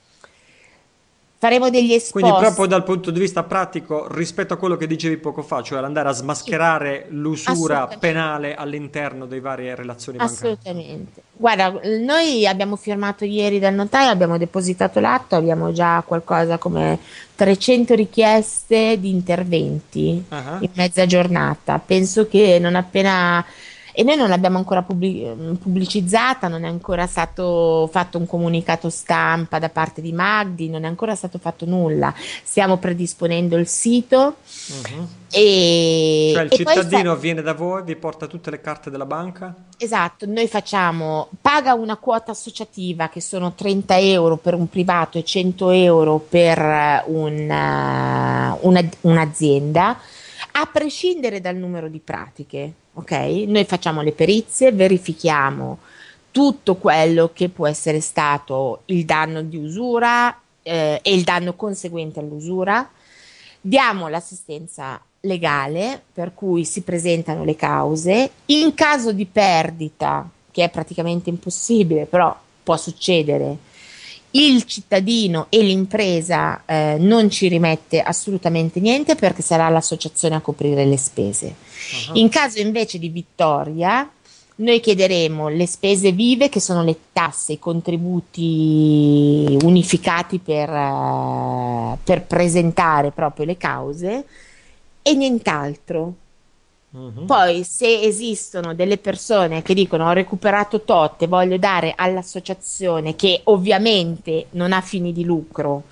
Faremo degli Quindi proprio esposti. dal punto di vista pratico, rispetto a quello che dicevi poco fa, cioè andare a Sì, smascherare l'usura assolutamente. penale all'interno delle varie relazioni bancarie. Assolutamente. Guarda, noi abbiamo firmato ieri dal notaio, abbiamo depositato l'atto, abbiamo già qualcosa come trecento richieste di interventi Ah, ah. in mezza giornata. Penso che non appena. E noi non l'abbiamo ancora pubblic- pubblicizzata, non è ancora stato fatto un comunicato stampa da parte di Magdi, non è ancora stato fatto nulla. Stiamo predisponendo il sito Mhm. Cioè e, il e poi sa- cittadino viene da voi, vi porta tutte le carte della banca? Esatto, noi facciamo, paga una quota associativa che sono trenta euro per un privato e cento euro per eh, un, eh, una- un'azienda, a prescindere dal numero di pratiche, ok? Noi facciamo le perizie, verifichiamo tutto quello che può essere stato il danno di usura eh, e il danno conseguente all'usura. Diamo l'assistenza legale, per cui si presentano le cause. In caso di perdita, che è praticamente impossibile, però può succedere, il cittadino e l'impresa eh, non ci rimette assolutamente niente perché sarà l'associazione a coprire le spese. Ah, In caso invece di vittoria, noi chiederemo le spese vive, che sono le tasse, i contributi unificati per, eh, per presentare proprio le cause e nient'altro. mhm. Poi, se esistono delle persone che dicono ho recuperato tot e voglio dare all'associazione, che ovviamente non ha fini di lucro,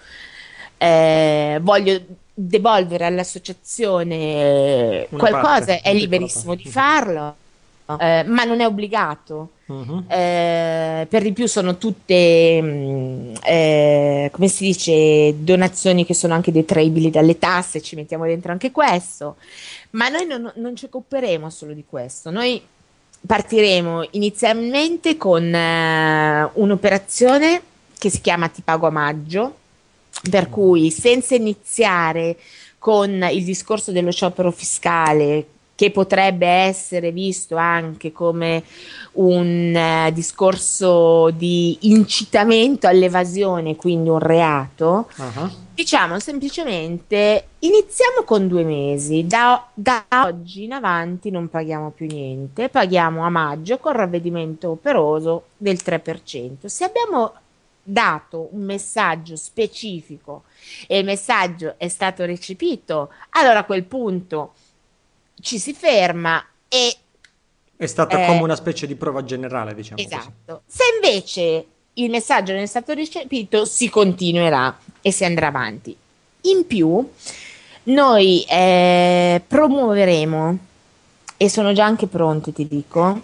eh, voglio devolvere all'associazione Una parte, qualcosa, è una piccola liberissimo parte. di Mhm. farlo, eh, ma non è obbligato. Mhm. Eh, per di più sono tutte, mh, eh, come si dice, donazioni che sono anche detraibili dalle tasse, ci mettiamo dentro anche questo, ma noi non, non ci occuperemo solo di questo, noi partiremo inizialmente con eh, un'operazione che si chiama Ti pago a maggio, per cui senza iniziare con il discorso dello sciopero fiscale, che potrebbe essere visto anche come un eh, discorso di incitamento all'evasione, quindi un reato, Ah, diciamo semplicemente iniziamo con due mesi, da, da oggi in avanti non paghiamo più niente, paghiamo a maggio con ravvedimento operoso del tre per cento. Se abbiamo dato un messaggio specifico e il messaggio è stato recepito, allora a quel punto ci si ferma e è stata come eh, una specie di prova generale, diciamo così. esatto. Se invece il messaggio non è stato recepito, si continuerà e si andrà avanti. In più, noi eh, promuoveremo, e sono già anche pronte, ti dico,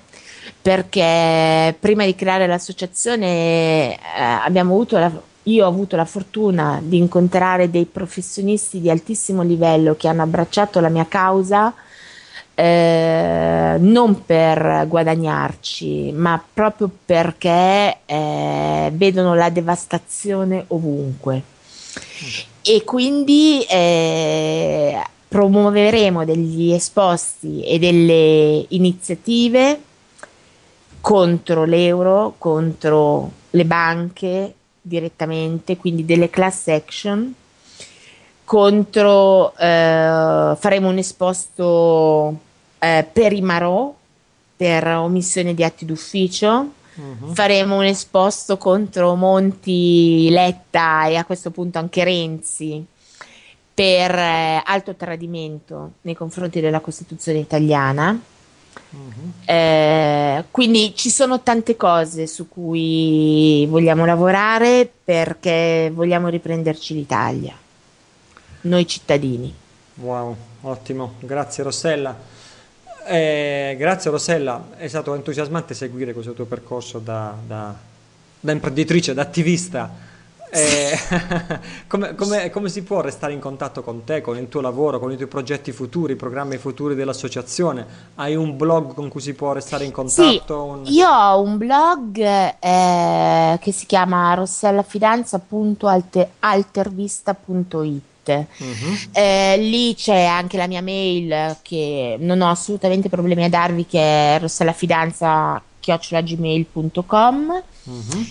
perché prima di creare l'associazione eh, abbiamo avuto la, io ho avuto la fortuna di incontrare dei professionisti di altissimo livello che hanno abbracciato la mia causa eh, non per guadagnarci, ma proprio perché eh, vedono la devastazione ovunque. E quindi eh, promuoveremo degli esposti e delle iniziative contro l'euro, contro le banche direttamente, quindi delle class action, contro, eh, faremo un esposto eh, per i Marò, per omissione di atti d'ufficio. Mhm. Faremo un esposto contro Monti, Letta e a questo punto anche Renzi per eh, alto tradimento nei confronti della Costituzione italiana. Mhm. Eh, quindi ci sono tante cose su cui vogliamo lavorare perché vogliamo riprenderci l'Italia, noi cittadini. Wow, ottimo, grazie Rossella. Eh, grazie Rossella, è stato entusiasmante seguire questo tuo percorso da, da- da imprenditrice, da attivista. Eh, come, come- come si può restare in contatto con te, con il tuo lavoro, con i tuoi progetti futuri, i programmi futuri dell'associazione? Hai un blog con cui si può restare in Sì, contatto? Un- io ho un blog eh, che si chiama rossellafidanza punto altervista punto it. Mhm. Eh, lì c'è anche la mia mail che non ho assolutamente problemi a darvi, che è rossellafidanza chiocciola gmail punto com. Mhm.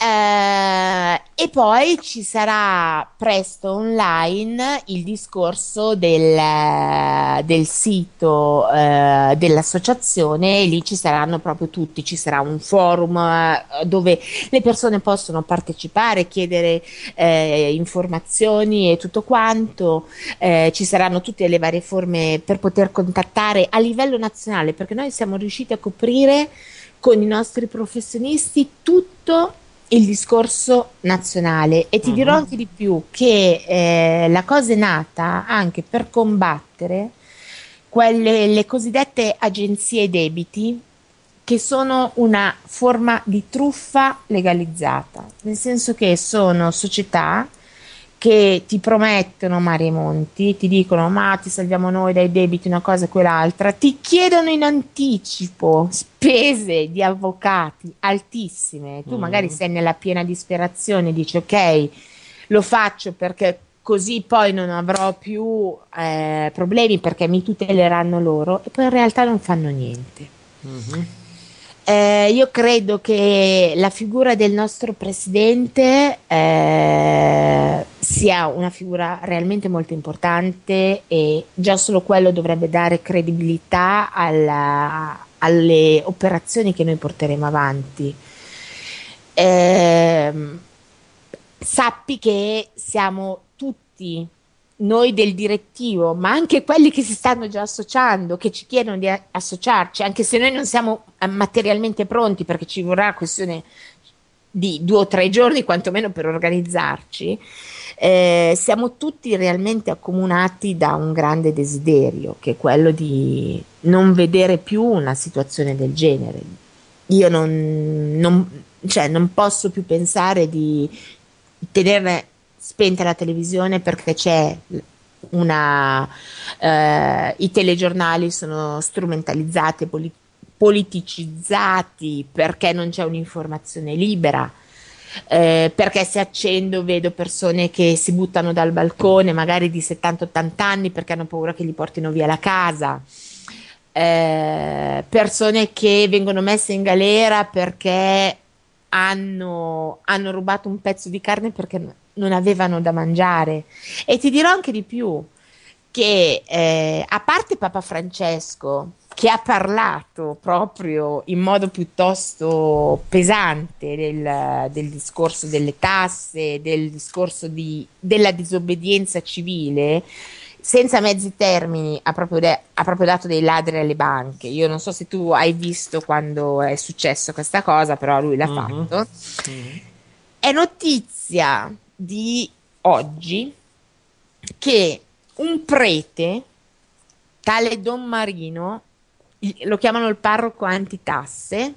Eh, e poi ci sarà presto online il discorso del, del sito eh, dell'associazione, e lì ci saranno proprio tutti, ci sarà un forum eh, dove le persone possono partecipare, chiedere eh, informazioni e tutto quanto. Eh, ci saranno tutte le varie forme per poter contattare a livello nazionale, perché noi siamo riusciti a coprire con i nostri professionisti tutto il discorso nazionale, e ti dirò Mhm. anche di più che eh, la cosa è nata anche per combattere quelle le cosiddette agenzie debiti, che sono una forma di truffa legalizzata, nel senso che sono società che ti promettono mari e monti, ti dicono ma ti salviamo noi dai debiti, una cosa e quell'altra, ti chiedono in anticipo spese di avvocati altissime, tu magari Mhm. sei nella piena disperazione, dici ok, lo faccio perché così poi non avrò più eh, problemi perché mi tuteleranno loro, e poi in realtà non fanno niente. Mhm. Eh, io credo che la figura del nostro presidente eh, sia una figura realmente molto importante, e già solo quello dovrebbe dare credibilità alla- alle operazioni che noi porteremo avanti. Ehm, Sappi che siamo tutti noi del direttivo, ma anche quelli che si stanno già associando, che ci chiedono di a- associarci, anche se noi non siamo eh, materialmente pronti, perché ci vorrà questione di due o tre giorni quantomeno per organizzarci. Eh, siamo tutti realmente accomunati da un grande desiderio, che è quello di non vedere più una situazione del genere. Io non, non- cioè, non posso più pensare di tenere spenta la televisione perché c'è una, eh, i telegiornali sono strumentalizzati, poli- politicizzati, perché non c'è un'informazione libera. Eh, perché se accendo vedo persone che si buttano dal balcone, magari di settanta ottanta anni, perché hanno paura che gli portino via la casa. Eh, persone che vengono messe in galera perché hanno, hanno rubato un pezzo di carne perché n- non avevano da mangiare. E ti dirò anche di più, che eh, a parte Papa Francesco, che ha parlato proprio in modo piuttosto pesante del, del discorso delle tasse, del discorso di- della disobbedienza civile, senza mezzi termini, ha proprio, de- ha proprio dato dei ladri alle banche. Io non so se tu hai visto quando è successo questa cosa, però lui l'ha Mhm. fatto. Mhm. È notizia di oggi che un prete, tale Don Marino, il- lo chiamano il parroco antitasse,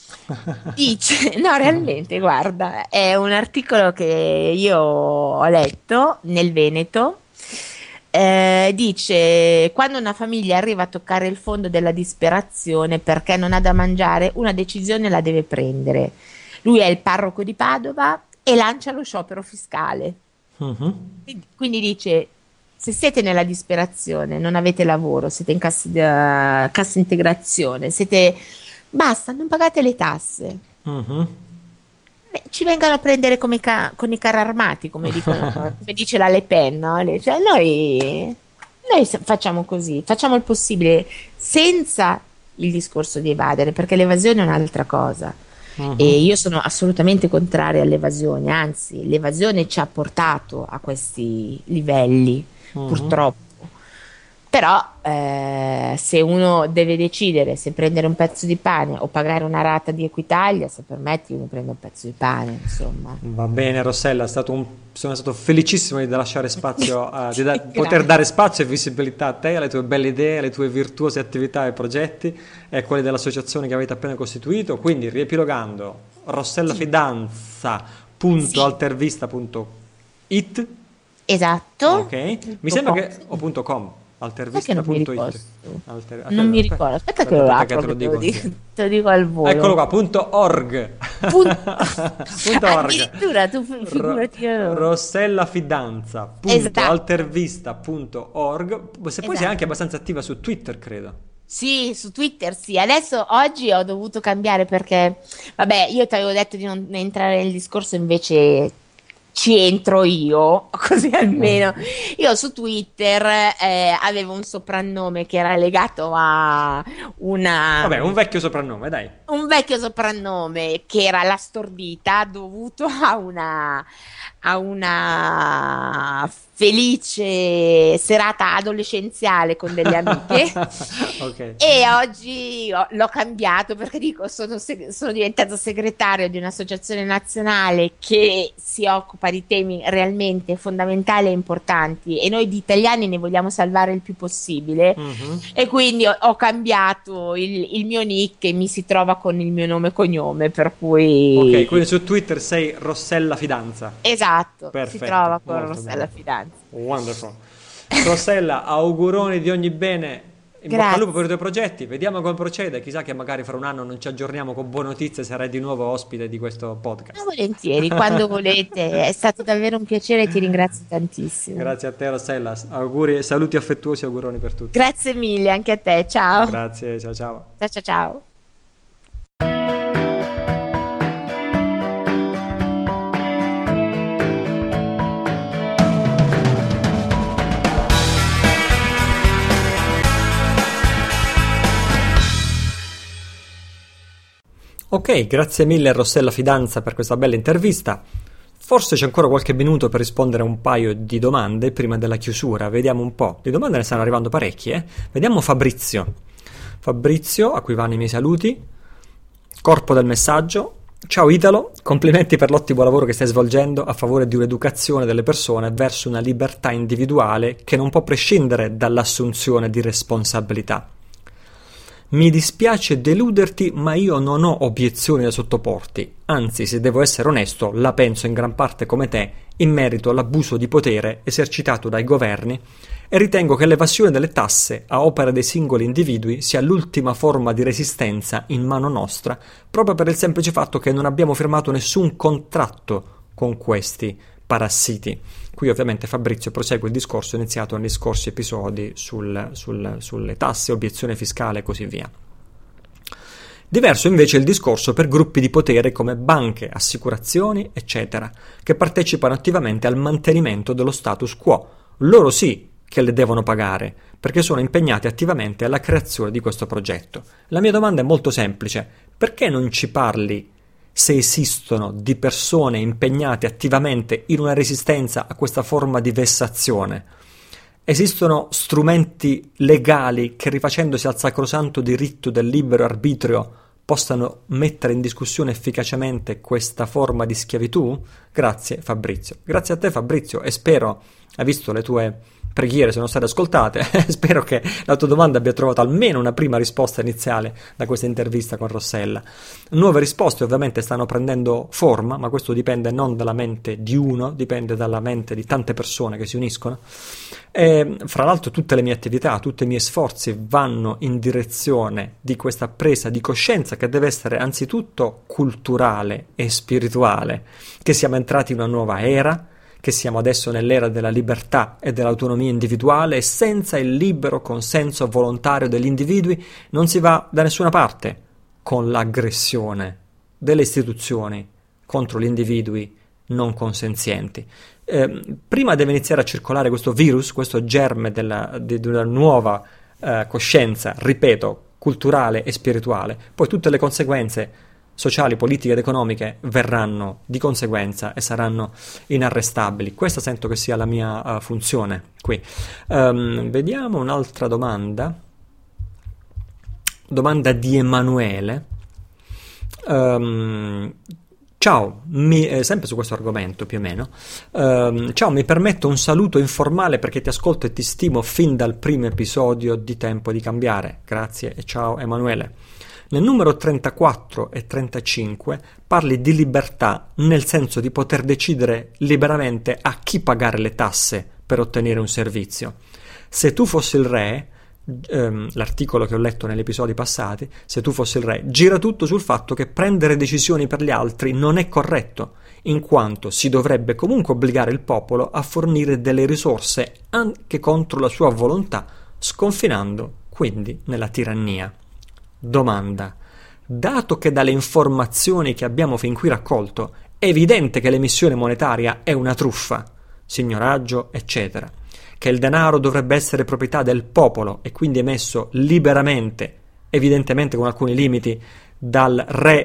dice, no, realmente, guarda, è un articolo che io ho letto nel Veneto. Eh, dice, quando una famiglia arriva a toccare il fondo della disperazione perché non ha da mangiare, una decisione la deve prendere. Lui è il parroco di Padova e lancia lo sciopero fiscale. Mhm. Quindi, quindi dice, se siete nella disperazione, non avete lavoro, siete in cassa, eh, cassa integrazione, siete... Basta, non pagate le tasse. Mhm. beh, ci vengano a prendere come ca- con i carri armati, come dicono, come dice la Le Pen, no? Le- Cioè, noi, noi s- facciamo così, facciamo il possibile senza il discorso di evadere, perché l'evasione è un'altra cosa. Mhm. E io sono assolutamente contraria all'evasione, anzi, l'evasione ci ha portato a questi livelli, Mhm. purtroppo. Però eh, se uno deve decidere se prendere un pezzo di pane o pagare una rata di Equitalia, se permetti, io mi prendo un pezzo di pane, insomma. Va bene, Rossella, è stato un- sono stato felicissimo di lasciare spazio, a- di da- poter Grazie. dare spazio e visibilità a te, alle tue belle idee, alle tue virtuose attività e progetti e a quelli dell'associazione che avete appena costituito. Quindi, riepilogando, Sì, sì, rossellafidanza.altervista.it, esatto. ok? Mi Punto sembra com. che, o punto .com, Sai che non mi ricordo? altervista.it. Alter- Non aspetta, mi aspetta, ricordo. Aspetta che aspetta, lo aspetta che apro, te lo che te lo dico dico, anch'io. te lo dico al Eccolo volo. qua, punto .org. Punto. Punto .org. Addirittura tu fi- Ro- figurati io. Esatto, rossellafidanza.altervista.org. Se poi sei anche esatto. abbastanza attiva su Twitter, credo. Sì, su Twitter sì. Adesso oggi ho dovuto cambiare perché, vabbè, io ti avevo detto di non entrare nel discorso, invece ci entro io, così almeno. Mm. Io su Twitter eh, avevo un soprannome che era legato a una, Vabbè, un vecchio soprannome, dai. un vecchio soprannome che era la Stordita, dovuto a una, a una felice serata adolescenziale con delle amiche. Ok. E oggi ho- l'ho cambiato perché dico, sono, seg- sono diventato segretario di un'associazione nazionale che si occupa di temi realmente fondamentali e importanti, e noi di italiani ne vogliamo salvare il più possibile. Mhm. E quindi ho, ho cambiato il, il mio nick e mi si trova con il mio nome e cognome, per Ok, cui quindi su Twitter sei Rossella Fidanza. esatto, si Perfetto, trova con molto Rossella bene. Fidanza. Wonderful. Rossella, auguroni di ogni bene. In bocca al lupo per i Grazie. tuoi progetti. Vediamo come procede. Chissà che magari fra un anno non ci aggiorniamo con buone notizie e sarai di nuovo ospite di questo Ma podcast. volentieri, quando volete, è stato davvero un piacere e ti ringrazio tantissimo. Grazie a te, Rossella. Auguri, saluti affettuosi e auguroni per tutti. Grazie mille anche a te, ciao. Grazie, ciao ciao. Ciao ciao ciao. Ok, grazie mille a Rossella Fidanza per questa bella intervista. Forse c'è ancora qualche minuto per rispondere a un paio di domande prima della chiusura. Vediamo un po'. Di domande ne stanno arrivando parecchie. Eh? Vediamo Fabrizio. Fabrizio, a cui vanno i miei saluti. Corpo del messaggio. Ciao Italo, complimenti per l'ottimo lavoro che stai svolgendo a favore di un'educazione delle persone verso una libertà individuale che non può prescindere dall'assunzione di responsabilità. Mi dispiace deluderti, ma io non ho obiezioni da sottoporti. Anzi, se devo essere onesto, la penso in gran parte come te in merito all'abuso di potere esercitato dai governi e ritengo che l'evasione delle tasse a opera dei singoli individui sia l'ultima forma di resistenza in mano nostra, proprio per il semplice fatto che non abbiamo firmato nessun contratto con questi parassiti. Qui ovviamente Fabrizio prosegue il discorso iniziato negli scorsi episodi sul, sul, sulle tasse, obiezione fiscale e così via. Diverso invece il discorso per gruppi di potere come banche, assicurazioni, eccetera, che partecipano attivamente al mantenimento dello status quo. Loro sì che le devono pagare, perché sono impegnati attivamente alla creazione di questo progetto. La mia domanda è molto semplice: perché non ci parli, se esistono, di persone impegnate attivamente in una resistenza a questa forma di vessazione? Esistono strumenti legali che, rifacendosi al sacrosanto diritto del libero arbitrio, possano mettere in discussione efficacemente questa forma di schiavitù? Grazie Fabrizio. Grazie a te Fabrizio, e spero, hai visto, le tue preghiere sono state ascoltate, spero che la tua domanda abbia trovato almeno una prima risposta iniziale da questa intervista con Rossella. Nuove risposte ovviamente stanno prendendo forma, ma questo dipende non dalla mente di uno, dipende dalla mente di tante persone che si uniscono. E, fra l'altro, tutte le mie attività, tutti i miei sforzi vanno in direzione di questa presa di coscienza che deve essere anzitutto culturale e spirituale, che siamo entrati in una nuova era, che siamo adesso nell'era della libertà e dell'autonomia individuale, e senza il libero consenso volontario degli individui non si va da nessuna parte con l'aggressione delle istituzioni contro gli individui non consenzienti. Eh, prima deve iniziare a circolare questo virus, questo germe della, di, di una nuova eh, coscienza, ripeto, culturale e spirituale, poi tutte le conseguenze sociali, politiche ed economiche verranno di conseguenza e saranno inarrestabili. Questa sento che sia la mia uh, funzione qui. Um, vediamo un'altra domanda. Domanda di Emanuele. Um, ciao, mi, eh, sempre su questo argomento più o meno. Um, ciao, mi permetto un saluto informale perché ti ascolto e ti stimo fin dal primo episodio di Tempo di Cambiare. Grazie e ciao Emanuele. Nel numero trentaquattro e trentacinque parli di libertà nel senso di poter decidere liberamente a chi pagare le tasse per ottenere un servizio. Se tu fossi il re, ehm, l'articolo che ho letto negli episodi passati, se tu fossi il re, gira tutto sul fatto che prendere decisioni per gli altri non è corretto, in quanto si dovrebbe comunque obbligare il popolo a fornire delle risorse anche contro la sua volontà, sconfinando quindi nella tirannia. Domanda: dato che dalle informazioni che abbiamo fin qui raccolto è evidente che l'emissione monetaria è una truffa, signoraggio, eccetera, che il denaro dovrebbe essere proprietà del popolo e quindi emesso liberamente, evidentemente con alcuni limiti, dal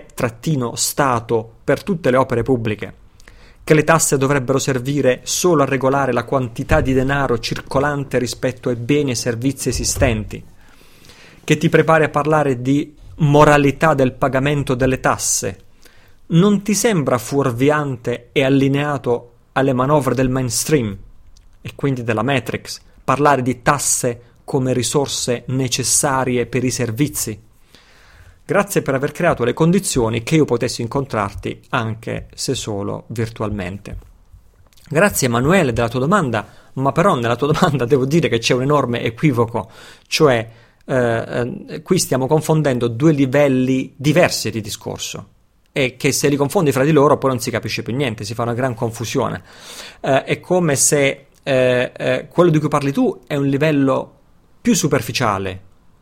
re-stato per tutte le opere pubbliche, che le tasse dovrebbero servire solo a regolare la quantità di denaro circolante rispetto ai beni e servizi esistenti, che ti prepari a parlare di moralità del pagamento delle tasse, non ti sembra fuorviante e allineato alle manovre del mainstream e quindi della Matrix parlare di tasse come risorse necessarie per i servizi? Grazie per aver creato le condizioni che io potessi incontrarti anche se solo virtualmente. Grazie Emanuele della tua domanda, ma però nella tua domanda devo dire che c'è un enorme equivoco, cioè Uh, uh, qui stiamo confondendo due livelli diversi di discorso e che se li confondi fra di loro poi non si capisce più niente, si fa una gran confusione. Uh, è come se uh, uh, quello di cui parli tu è un livello più superficiale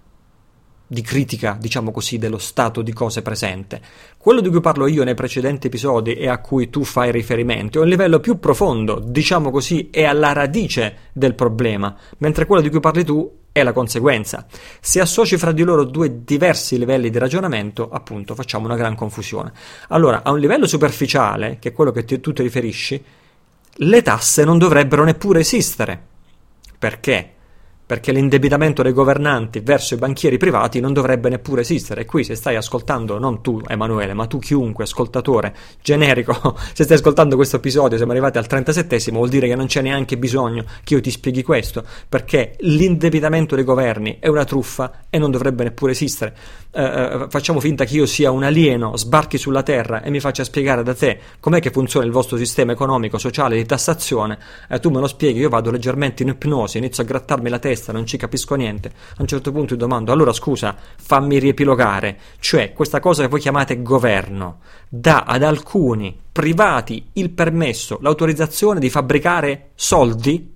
di critica, diciamo così, dello stato di cose presente. Quello di cui parlo io nei precedenti episodi e a cui tu fai riferimento è un livello più profondo, diciamo così, è alla radice del problema, mentre quello di cui parli tu è la conseguenza. Se associ fra di loro due diversi livelli di ragionamento, appunto, facciamo una gran confusione. Allora, a un livello superficiale, che è quello che ti, tu ti riferisci, le tasse non dovrebbero neppure esistere. Perché? Perché l'indebitamento dei governanti verso i banchieri privati non dovrebbe neppure esistere. E qui se stai ascoltando, non tu Emanuele, ma tu chiunque ascoltatore generico, se stai ascoltando questo episodio, siamo arrivati al trentasettesimo, vuol dire che non c'è neanche bisogno che io ti spieghi questo, perché l'indebitamento dei governi è una truffa e non dovrebbe neppure esistere. Eh, facciamo finta che io sia un alieno, sbarchi sulla terra e mi faccia spiegare da te com'è che funziona il vostro sistema economico, sociale, di tassazione, e eh, tu me lo spieghi, io vado leggermente in ipnosi, inizio a grattarmi la testa, non ci capisco niente. A un certo punto ti domando: allora scusa, fammi riepilogare, cioè questa cosa che voi chiamate governo dà ad alcuni privati il permesso, l'autorizzazione di fabbricare soldi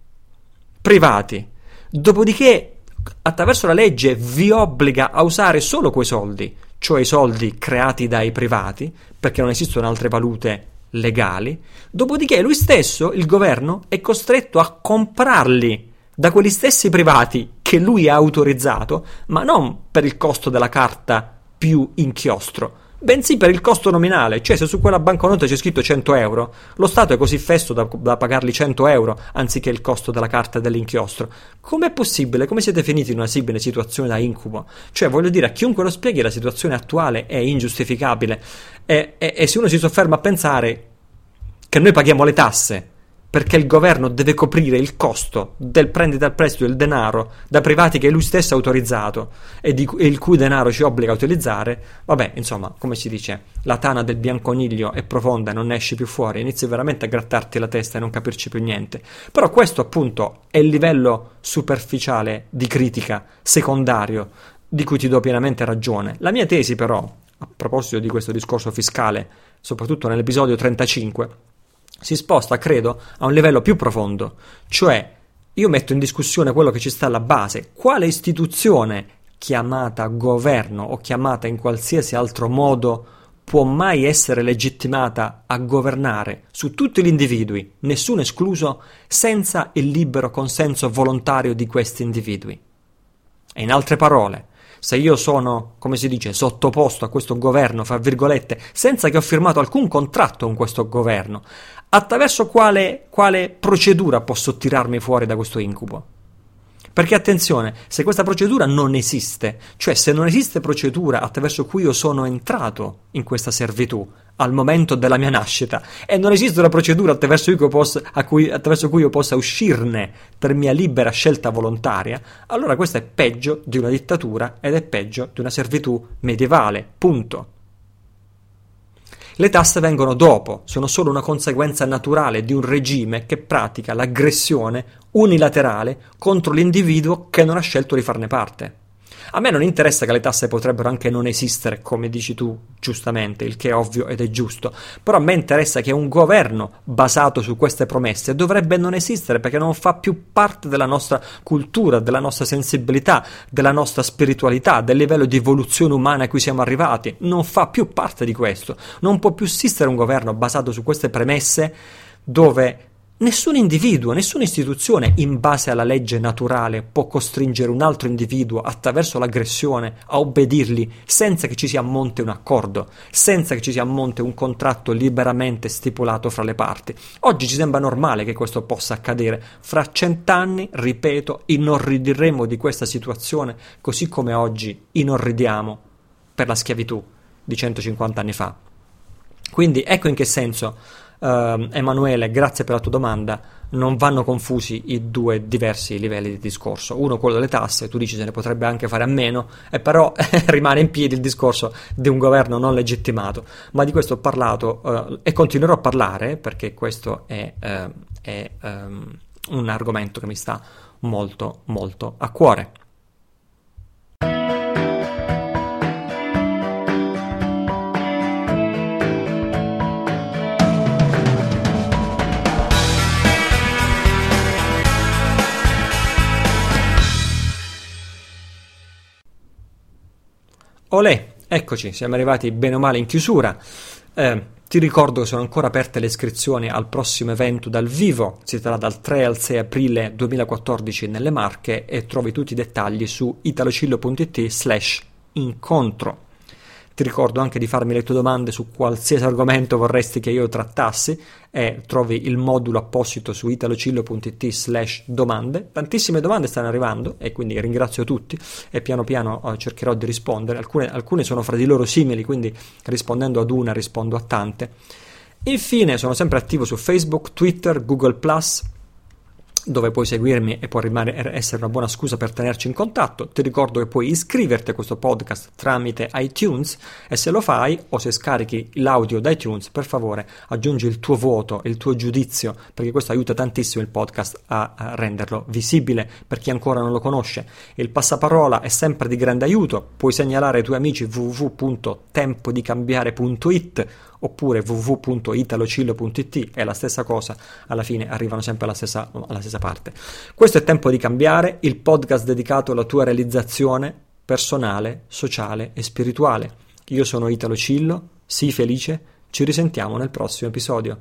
privati, dopodiché attraverso la legge vi obbliga a usare solo quei soldi, cioè i soldi creati dai privati, perché non esistono altre valute legali, dopodiché lui stesso, il governo, è costretto a comprarli da quelli stessi privati che lui ha autorizzato, ma non per il costo della carta più inchiostro, bensì per il costo nominale, cioè se su quella banconota c'è scritto cento euro, lo Stato è così fesso da, da pagarli cento euro anziché il costo della carta dell'inchiostro. Com'è possibile? Come siete finiti in una simile situazione da incubo? Cioè, voglio dire, a chiunque lo spieghi la situazione attuale è ingiustificabile e, e, e se uno si sofferma a pensare che noi paghiamo le tasse perché il governo deve coprire il costo del prendita al prestito del denaro da privati che lui stesso ha autorizzato e, di, e il cui denaro ci obbliga a utilizzare, vabbè, insomma, come si dice, la tana del bianconiglio è profonda e non ne esci più fuori, inizi veramente a grattarti la testa e non capirci più niente. Però questo appunto è il livello superficiale di critica, secondario, di cui ti do pienamente ragione. La mia tesi però, a proposito di questo discorso fiscale, soprattutto nell'episodio trentacinque, si sposta, credo, a un livello più profondo, cioè io metto in discussione quello che ci sta alla base. Quale istituzione chiamata governo o chiamata in qualsiasi altro modo può mai essere legittimata a governare su tutti gli individui, nessuno escluso, senza il libero consenso volontario di questi individui. E in altre parole, se io sono, come si dice, sottoposto a questo governo, fra virgolette, senza che ho firmato alcun contratto con questo governo, attraverso quale, quale procedura posso tirarmi fuori da questo incubo? Perché attenzione, se questa procedura non esiste, cioè se non esiste procedura attraverso cui io sono entrato in questa servitù al momento della mia nascita e non esiste una procedura attraverso cui, possa, a cui, attraverso cui io possa uscirne per mia libera scelta volontaria, allora questo è peggio di una dittatura ed è peggio di una servitù medievale, punto. Le tasse vengono dopo, sono solo una conseguenza naturale di un regime che pratica l'aggressione unilaterale contro l'individuo che non ha scelto di farne parte. A me non interessa che le tasse potrebbero anche non esistere, come dici tu giustamente, il che è ovvio ed è giusto, però a me interessa che un governo basato su queste promesse dovrebbe non esistere perché non fa più parte della nostra cultura, della nostra sensibilità, della nostra spiritualità, del livello di evoluzione umana a cui siamo arrivati, non fa più parte di questo, non può più esistere un governo basato su queste premesse dove nessun individuo, nessuna istituzione in base alla legge naturale può costringere un altro individuo attraverso l'aggressione a obbedirgli senza che ci sia a monte un accordo, senza che ci sia a monte un contratto liberamente stipulato fra le parti. Oggi ci sembra normale che questo possa accadere. Fra cent'anni, ripeto, inorridiremo di questa situazione così come oggi inorridiamo per la schiavitù di centocinquanta anni fa. Quindi ecco in che senso Uh, Emanuele, grazie per la tua domanda, non vanno confusi i due diversi livelli di discorso. Uno quello delle tasse, tu dici se ne potrebbe anche fare a meno, e però rimane in piedi il discorso di un governo non legittimato, ma di questo ho parlato uh, e continuerò a parlare perché questo è, uh, è um, un argomento che mi sta molto molto a cuore. Olè, eccoci, siamo arrivati bene o male in chiusura. Eh, ti ricordo che sono ancora aperte le iscrizioni al prossimo evento dal vivo, si terrà dal tre al sei aprile duemilaquattordici nelle Marche e trovi tutti i dettagli su italocillo.it slash incontro. Ti ricordo anche di farmi le tue domande su qualsiasi argomento vorresti che io trattassi e trovi il modulo apposito su italocillo.it slash domande. Tantissime domande stanno arrivando e quindi ringrazio tutti e piano piano uh, cercherò di rispondere. Alcune, alcune sono fra di loro simili, quindi rispondendo ad una rispondo a tante. Infine sono sempre attivo su Facebook, Twitter, Google plus, dove puoi seguirmi e può rimanere, essere una buona scusa per tenerci in contatto. Ti ricordo che puoi iscriverti a questo podcast tramite iTunes e se lo fai o se scarichi l'audio da iTunes, per favore aggiungi il tuo voto, il tuo giudizio, perché questo aiuta tantissimo il podcast a, a renderlo visibile per chi ancora non lo conosce. Il passaparola è sempre di grande aiuto, puoi segnalare ai tuoi amici w w w punto tempo di cambiare punto it oppure w w w punto italocillo punto it, è la stessa cosa, alla fine arrivano sempre alla stessa, alla stessa parte. Questo è Tempo di Cambiare, il podcast dedicato alla tua realizzazione personale, sociale e spirituale. Io sono Italo Cillo, sii felice, ci risentiamo nel prossimo episodio.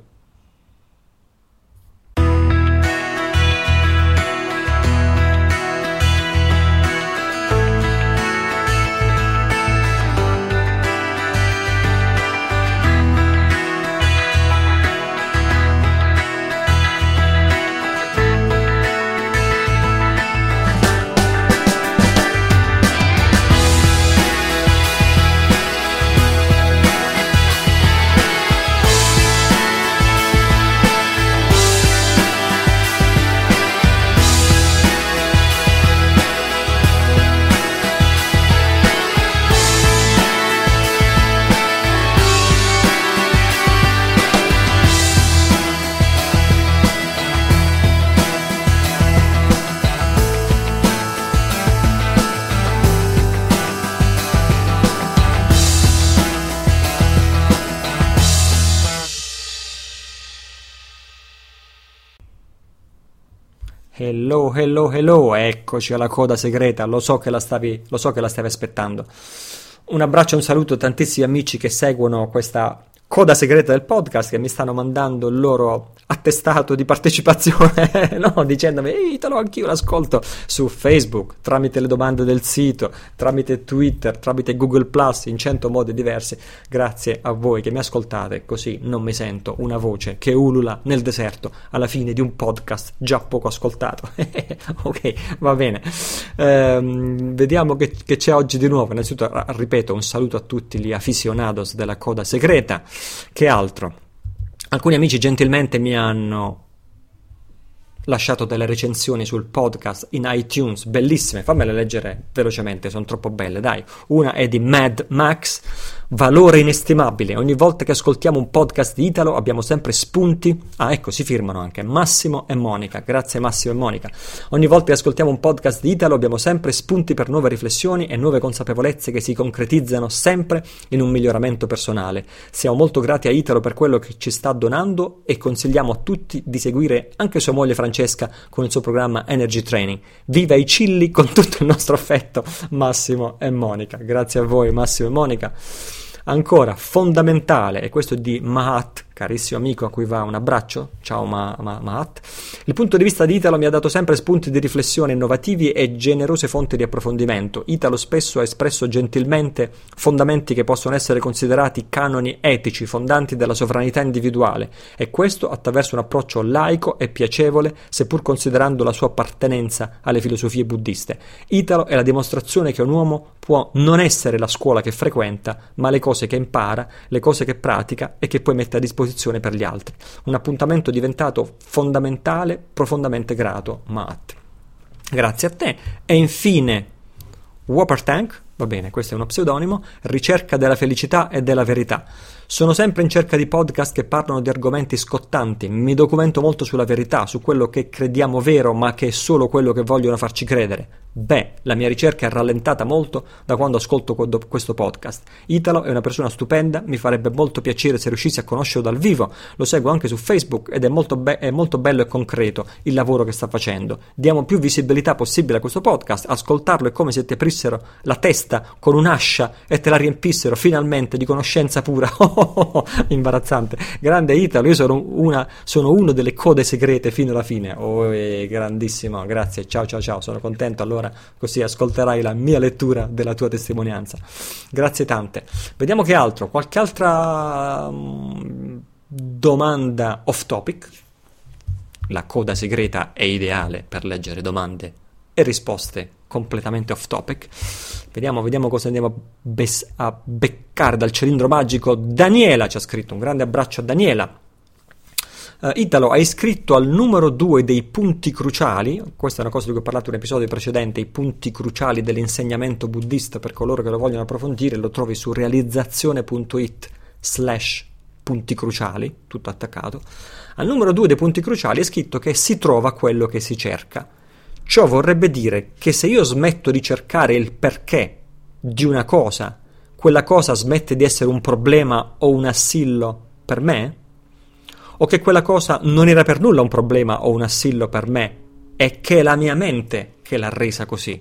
Hello, hello, hello, eccoci alla coda segreta, lo so che la stavi, lo so che la stavi aspettando. Un abbraccio e un saluto a tantissimi amici che seguono questa coda segreta del podcast, che mi stanno mandando il loro attestato di partecipazione, no, dicendomi ehi, te lo anch'io l'ascolto su Facebook, tramite le domande del sito, tramite Twitter, tramite Google Plus, in cento modi diversi. Grazie a voi che mi ascoltate, così non mi sento una voce che ulula nel deserto alla fine di un podcast già poco ascoltato. Ok, va bene. Ehm, vediamo che, che c'è oggi di nuovo. Innanzitutto ripeto un saluto a tutti gli aficionados della coda segreta. Che altro? Alcuni amici gentilmente mi hanno lasciato delle recensioni sul podcast in iTunes, bellissime, fammele leggere velocemente, sono troppo belle, dai. Una è di Mad Max, valore inestimabile, ogni volta che ascoltiamo un podcast di Italo abbiamo sempre spunti, ah ecco, si firmano anche Massimo e Monica, grazie Massimo e Monica, ogni volta che ascoltiamo un podcast di Italo abbiamo sempre spunti per nuove riflessioni e nuove consapevolezze che si concretizzano sempre in un miglioramento personale. Siamo molto grati a Italo per quello che ci sta donando e consigliamo a tutti di seguire anche sua moglie Francesca con il suo programma Energy Training. Viva i Cilli con tutto il nostro affetto, Massimo e Monica. Grazie a voi Massimo e Monica. Ancora fondamentale, e questo è di Mahat, carissimo amico a cui va un abbraccio, ciao Ma- Ma- Mahat, il punto di vista di Italo mi ha dato sempre spunti di riflessione innovativi e generose fonti di approfondimento. Italo spesso ha espresso gentilmente fondamenti che possono essere considerati canoni etici fondanti della sovranità individuale, e questo attraverso un approccio laico e piacevole, seppur considerando la sua appartenenza alle filosofie buddiste. Italo è la dimostrazione che un uomo può non essere la scuola che frequenta, ma le cose che impara, le cose che pratica e che poi mette a disposizione per gli altri. Un appuntamento diventato fondamentale, profondamente grato, Matt. Grazie a te. E infine Whopper Tank, va bene, questo è uno pseudonimo, ricerca della felicità e della verità. Sono sempre in cerca di podcast che parlano di argomenti scottanti, mi documento molto sulla verità, su quello che crediamo vero ma che è solo quello che vogliono farci credere. Beh, la mia ricerca è rallentata molto da quando ascolto questo podcast. Italo è una persona stupenda, mi farebbe molto piacere se riuscissi a conoscerlo dal vivo, lo seguo anche su Facebook ed è molto, be- è molto bello e concreto il lavoro che sta facendo. Diamo più visibilità possibile a questo podcast, ascoltarlo è come se ti aprissero la testa con un'ascia e te la riempissero finalmente di conoscenza pura. Imbarazzante. Grande Italo, io sono, una, sono uno delle code segrete fino alla fine. Oh, eh, grandissimo, grazie, ciao ciao ciao, sono contento. Allora così ascolterai la mia lettura della tua testimonianza. Grazie tante. Vediamo che altro, qualche altra um, domanda off topic. La coda segreta è ideale per leggere domande e risposte completamente off topic. Vediamo, vediamo cosa andiamo a, bes- a beccare dal cilindro magico. Daniela ci ha scritto, un grande abbraccio a Daniela. Uh, Italo, hai scritto al numero due dei punti cruciali, questa è una cosa di cui ho parlato in un episodio precedente, i punti cruciali dell'insegnamento buddista per coloro che lo vogliono approfondire, lo trovi su realizzazione.it slash punti cruciali, tutto attaccato. Al numero due dei punti cruciali è scritto che si trova quello che si cerca. Ciò vorrebbe dire che se io smetto di cercare il perché di una cosa, quella cosa smette di essere un problema o un assillo per me? O che quella cosa non era per nulla un problema o un assillo per me, è che è la mia mente che l'ha resa così.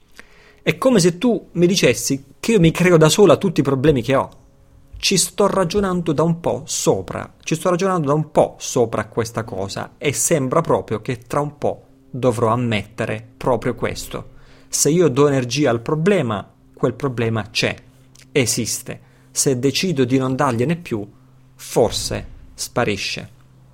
È come se tu mi dicessi che io mi creo da sola tutti i problemi che ho. Ci sto ragionando da un po' sopra, ci sto ragionando da un po' sopra questa cosa e sembra proprio che tra un po' dovrò ammettere proprio questo. Se io do energia al problema, quel problema c'è, esiste. Se decido di non dargliene più, forse sparisce.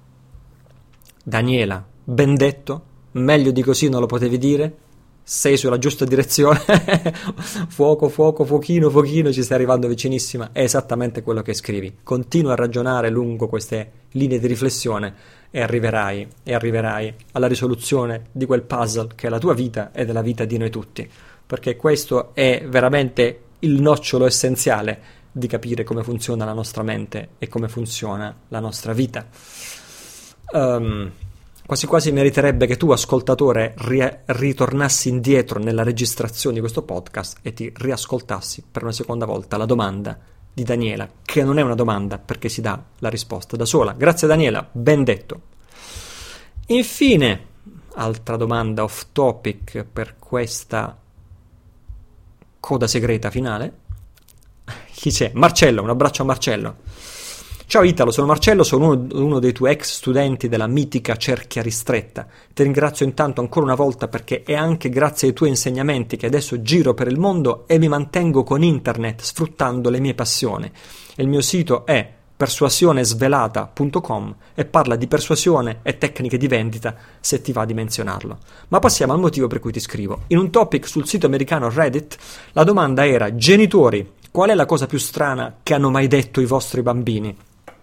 Daniela, ben detto, meglio di così non lo potevi dire, sei sulla giusta direzione. Fuoco, fuoco, fuochino, fuochino, ci stai arrivando vicinissima, è esattamente quello che scrivi. Continua a ragionare lungo queste linee di riflessione e arriverai, e arriverai alla risoluzione di quel puzzle che è la tua vita e della vita di noi tutti, perché questo è veramente il nocciolo essenziale di capire come funziona la nostra mente e come funziona la nostra vita. Um, quasi quasi meriterebbe che tu, ascoltatore, ri- ritornassi indietro nella registrazione di questo podcast e ti riascoltassi per una seconda volta la domanda di Daniela, che non è una domanda perché si dà la risposta da sola. Grazie Daniela, ben detto. Infine, altra domanda off topic per questa coda segreta finale. chi c'è? Marcello, un abbraccio a Marcello. Ciao Italo, sono Marcello, sono uno, uno dei tuoi ex studenti della mitica cerchia ristretta. Ti ringrazio intanto ancora una volta perché è anche grazie ai tuoi insegnamenti che adesso giro per il mondo e mi mantengo con internet sfruttando le mie passioni. Il mio sito è persuasione svelata punto com e parla di persuasione e tecniche di vendita, se ti va di menzionarlo. Ma passiamo al motivo per cui ti scrivo. In un topic sul sito americano Reddit la domanda era: genitori, qual è la cosa più strana che hanno mai detto i vostri bambini?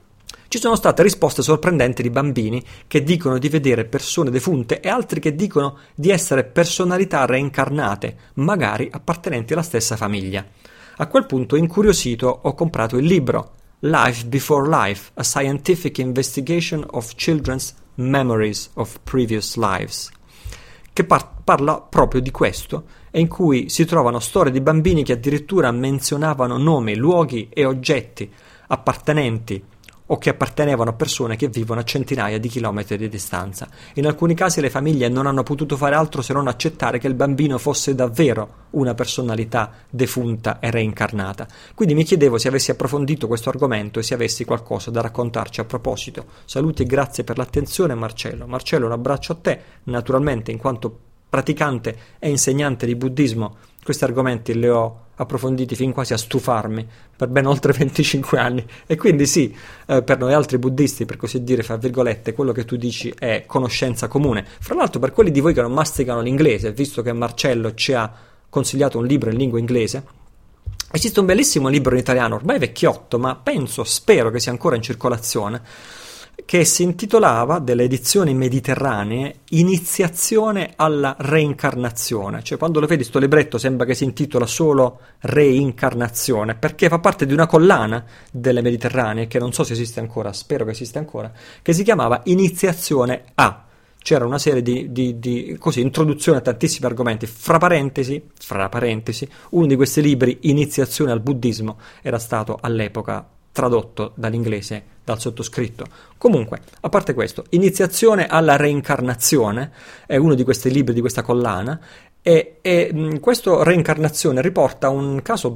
Ci sono state risposte sorprendenti di bambini che dicono di vedere persone defunte e altri che dicono di essere personalità reincarnate, magari appartenenti alla stessa famiglia. A quel punto, incuriosito, ho comprato il libro Life Before Life, A Scientific Investigation of Children's Memories of Previous Lives, che par- parla proprio di questo e in cui si trovano storie di bambini che addirittura menzionavano nomi, luoghi e oggetti appartenenti o che appartenevano a persone che vivono a centinaia di chilometri di distanza. In alcuni casi le famiglie non hanno potuto fare altro se non accettare che il bambino fosse davvero una personalità defunta e reincarnata. Quindi mi chiedevo se avessi approfondito questo argomento e se avessi qualcosa da raccontarci a proposito. Saluti e grazie per l'attenzione, Marcello. Marcello, un abbraccio a te. Naturalmente, in quanto praticante e insegnante di buddismo, questi argomenti li ho approfonditi fin quasi a stufarmi per ben oltre venticinque anni, e quindi sì, eh, per noi altri buddisti, per così dire, fra virgolette, quello che tu dici è conoscenza comune. Fra l'altro, per quelli di voi che non masticano l'inglese, visto che Marcello ci ha consigliato un libro in lingua inglese, esiste un bellissimo libro in italiano, ormai vecchiotto, ma penso, spero che sia ancora in circolazione, che si intitolava, delle edizioni mediterranee, Iniziazione alla reincarnazione. Cioè, quando lo vedi sto libretto sembra che si intitola solo Reincarnazione, perché fa parte di una collana delle mediterranee, che non so se esiste ancora, spero che esista ancora, che si chiamava Iniziazione a. C'era una serie di, di, di così, introduzione a tantissimi argomenti. Fra parentesi, fra parentesi, uno di questi libri, Iniziazione al buddismo, era stato all'epoca tradotto dall'inglese dal sottoscritto. Comunque, a parte questo, Iniziazione alla reincarnazione è uno di questi libri di questa collana, e, e mh, questo Reincarnazione riporta un caso,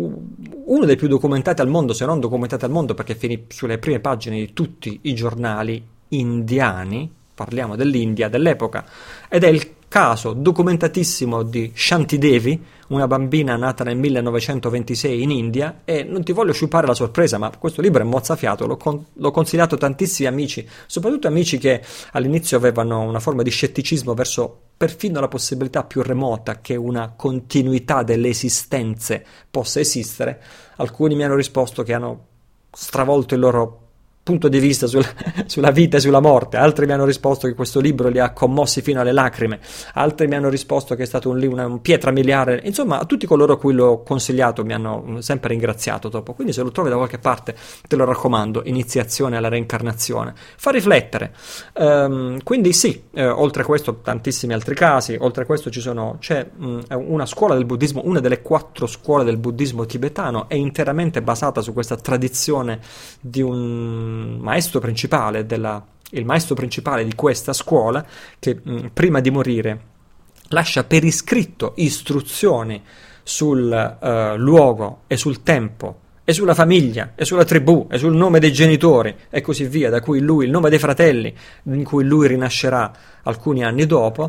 uno dei più documentati al mondo, se non documentati al mondo, perché finì sulle prime pagine di tutti i giornali indiani. Parliamo dell'India dell'epoca, ed è il caso documentatissimo di Shanti Devi, una bambina nata nel millenovecentoventisei in India. E non ti voglio sciupare la sorpresa, ma questo libro è mozzafiato, l'ho, con- l'ho consigliato a tantissimi amici, soprattutto amici che all'inizio avevano una forma di scetticismo verso perfino la possibilità più remota che una continuità delle esistenze possa esistere. Alcuni mi hanno risposto che hanno stravolto il loro punto di vista sul, sulla vita e sulla morte, altri mi hanno risposto che questo libro li ha commossi fino alle lacrime, altri mi hanno risposto che è stato un, una, un pietra miliare. Insomma, a tutti coloro a cui l'ho consigliato mi hanno sempre ringraziato dopo, quindi se lo trovi da qualche parte te lo raccomando, Iniziazione alla reincarnazione, fa riflettere. Um, quindi sì, eh, oltre a questo tantissimi altri casi, oltre a questo ci sono, c'è mh, una scuola del buddismo, una delle quattro scuole del buddismo tibetano è interamente basata su questa tradizione di un maestro principale della, il maestro principale di questa scuola, che mh, prima di morire lascia per iscritto istruzioni sul uh, luogo e sul tempo e sulla famiglia e sulla tribù e sul nome dei genitori e così via, da cui lui, il nome dei fratelli, in cui lui rinascerà alcuni anni dopo.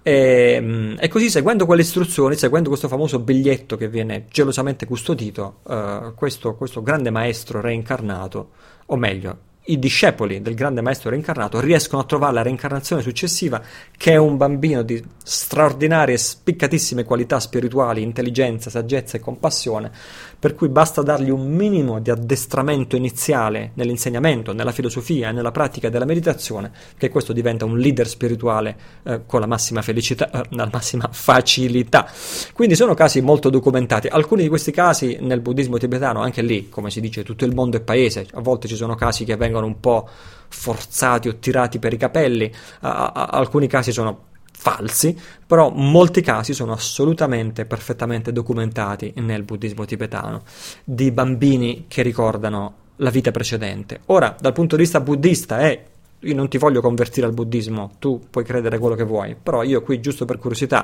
E, e così, seguendo quelle istruzioni, seguendo questo famoso biglietto che viene gelosamente custodito, uh, questo, questo grande maestro reincarnato, o meglio, i discepoli del grande maestro reincarnato, riescono a trovare la reincarnazione successiva, che è un bambino di straordinarie e spiccatissime qualità spirituali, intelligenza, saggezza e compassione, per cui basta dargli un minimo di addestramento iniziale nell'insegnamento, nella filosofia e nella pratica della meditazione, che questo diventa un leader spirituale eh, con la massima felicità, eh, la massima facilità. Quindi sono casi molto documentati. Alcuni di questi casi nel buddismo tibetano, anche lì, come si dice, tutto il mondo è paese, a volte ci sono casi che vengono un po' forzati o tirati per i capelli, a, a, alcuni casi sono falsi, però molti casi sono assolutamente perfettamente documentati nel buddismo tibetano, di bambini che ricordano la vita precedente. Ora, dal punto di vista buddista, eh, io non ti voglio convertire al buddismo, tu puoi credere quello che vuoi, però io qui, giusto per curiosità,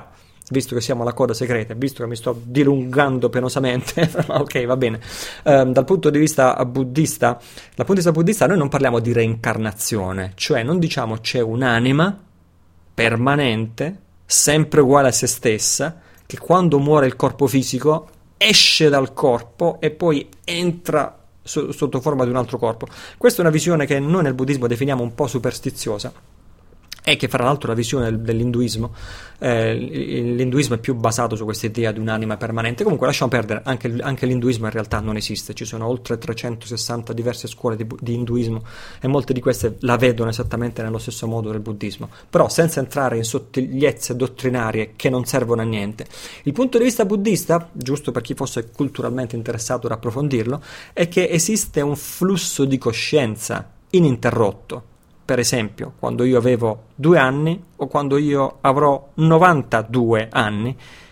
visto che siamo alla coda segreta, visto che mi sto dilungando penosamente, ok, va bene. Um, dal punto di vista buddista, dal punto di vista buddista noi non parliamo di reincarnazione, cioè non diciamo c'è un'anima permanente, sempre uguale a se stessa, che quando muore il corpo fisico esce dal corpo e poi entra so- sotto forma di un altro corpo. Questa è una visione che noi nel buddismo definiamo un po' superstiziosa, e che fra l'altro la visione dell'induismo, eh, l'induismo è più basato su questa idea di un'anima permanente. Comunque lasciamo perdere, anche, anche l'induismo in realtà non esiste, ci sono oltre trecentosessanta diverse scuole di, di induismo e molte di queste la vedono esattamente nello stesso modo del buddismo, però senza entrare in sottigliezze dottrinarie che non servono a niente. Il punto di vista buddista, giusto per chi fosse culturalmente interessato ad approfondirlo, è che esiste un flusso di coscienza ininterrotto. Per esempio, quando io avevo due anni o quando io avrò novantadue anni,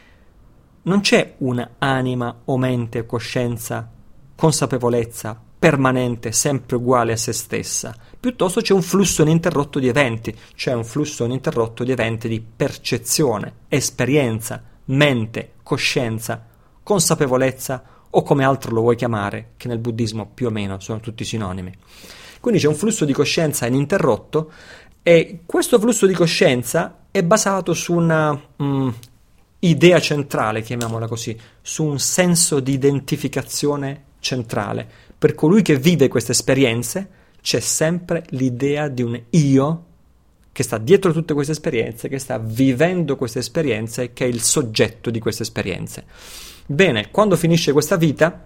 non c'è una anima o mente o coscienza, consapevolezza permanente, sempre uguale a se stessa. Piuttosto c'è un flusso ininterrotto di eventi, c'è un flusso ininterrotto di eventi di percezione, esperienza, mente, coscienza, consapevolezza o come altro lo vuoi chiamare, che nel buddismo più o meno sono tutti sinonimi. Quindi c'è un flusso di coscienza ininterrotto e questo flusso di coscienza è basato su una mm, idea centrale, chiamiamola così, su un senso di identificazione centrale. Per colui che vive queste esperienze c'è sempre l'idea di un io che sta dietro tutte queste esperienze, che sta vivendo queste esperienze, che è il soggetto di queste esperienze. Bene, quando finisce questa vita,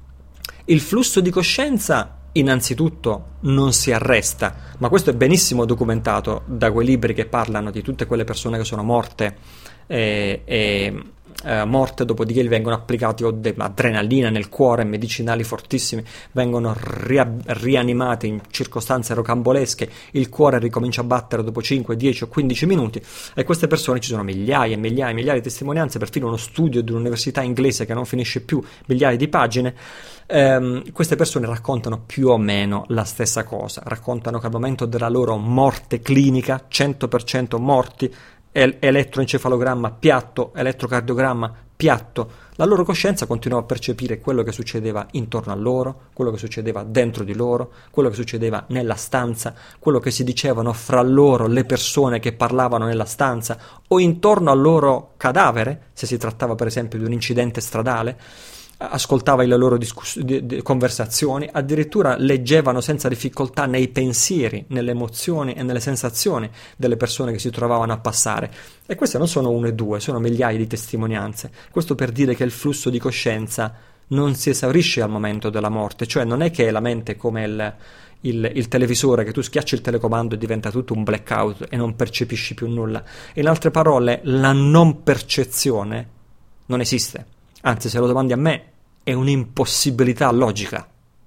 il flusso di coscienza innanzitutto non si arresta, ma questo è benissimo documentato da quei libri che parlano di tutte quelle persone che sono morte e, e eh, morte, dopodiché gli vengono applicati o dell'adrenalina nel cuore, medicinali fortissimi, vengono ria- rianimati in circostanze rocambolesche, il cuore ricomincia a battere dopo cinque, dieci o quindici minuti, e queste persone, ci sono migliaia e migliaia e migliaia di testimonianze, perfino uno studio di un'università inglese che non finisce più, migliaia di pagine. Um, queste persone raccontano più o meno la stessa cosa, raccontano che al momento della loro morte clinica, cento per cento morti, el- elettroencefalogramma piatto, elettrocardiogramma piatto, la loro coscienza continuava a percepire quello che succedeva intorno a loro, quello che succedeva dentro di loro, quello che succedeva nella stanza, quello che si dicevano fra loro le persone che parlavano nella stanza o intorno al loro cadavere, se si trattava per esempio di un incidente stradale. Ascoltava le loro discuss- di- di- conversazioni, addirittura leggevano senza difficoltà nei pensieri, nelle emozioni e nelle sensazioni delle persone che si trovavano a passare. E queste non sono uno e due, sono migliaia di testimonianze. Questo per dire che il flusso di coscienza non si esaurisce al momento della morte, cioè non è che la mente come il, il, il televisore, che tu schiacci il telecomando e diventa tutto un blackout e non percepisci più nulla. In altre parole, la non percezione non esiste. Anzi, se lo domandi a me, è un'impossibilità logica.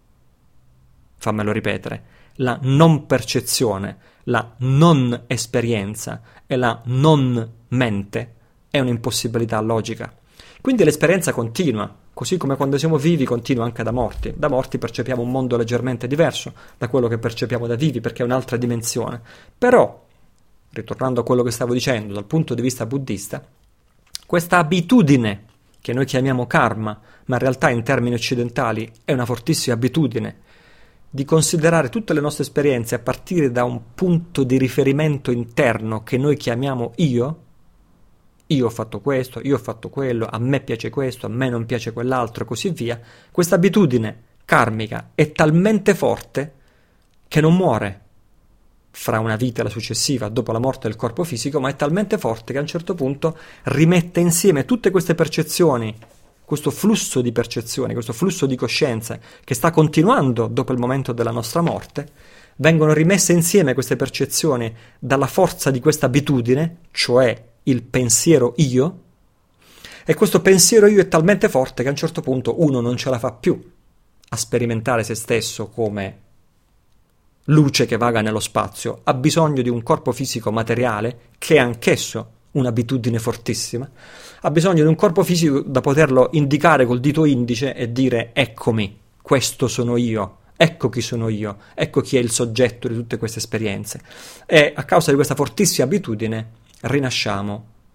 Fammelo ripetere. La non percezione, la non esperienza e la non mente è un'impossibilità logica. Quindi l'esperienza continua, così come quando siamo vivi continua anche da morti. Da morti percepiamo un mondo leggermente diverso da quello che percepiamo da vivi, perché è un'altra dimensione. Però, ritornando a quello che stavo dicendo, dal punto di vista buddista, questa abitudine che noi chiamiamo karma, ma in realtà in termini occidentali è una fortissima abitudine, di considerare tutte le nostre esperienze a partire da un punto di riferimento interno che noi chiamiamo io. Io ho fatto questo, io ho fatto quello, a me piace questo, a me non piace quell'altro e così via. Questa abitudine karmica è talmente forte che non muore fra una vita e la successiva, dopo la morte del corpo fisico, ma è talmente forte che a un certo punto rimette insieme tutte queste percezioni, questo flusso di percezioni, questo flusso di coscienza che sta continuando dopo il momento della nostra morte. Vengono rimesse insieme queste percezioni dalla forza di questa abitudine, cioè il pensiero io, e questo pensiero io è talmente forte che a un certo punto uno non ce la fa più a sperimentare se stesso come luce che vaga nello spazio, ha bisogno di un corpo fisico materiale che è anch'esso un'abitudine fortissima, ha bisogno di un corpo fisico da poterlo indicare col dito indice e dire eccomi, questo sono io, ecco chi sono io, ecco chi è il soggetto di tutte queste esperienze. E a causa di questa fortissima abitudine rinasciamo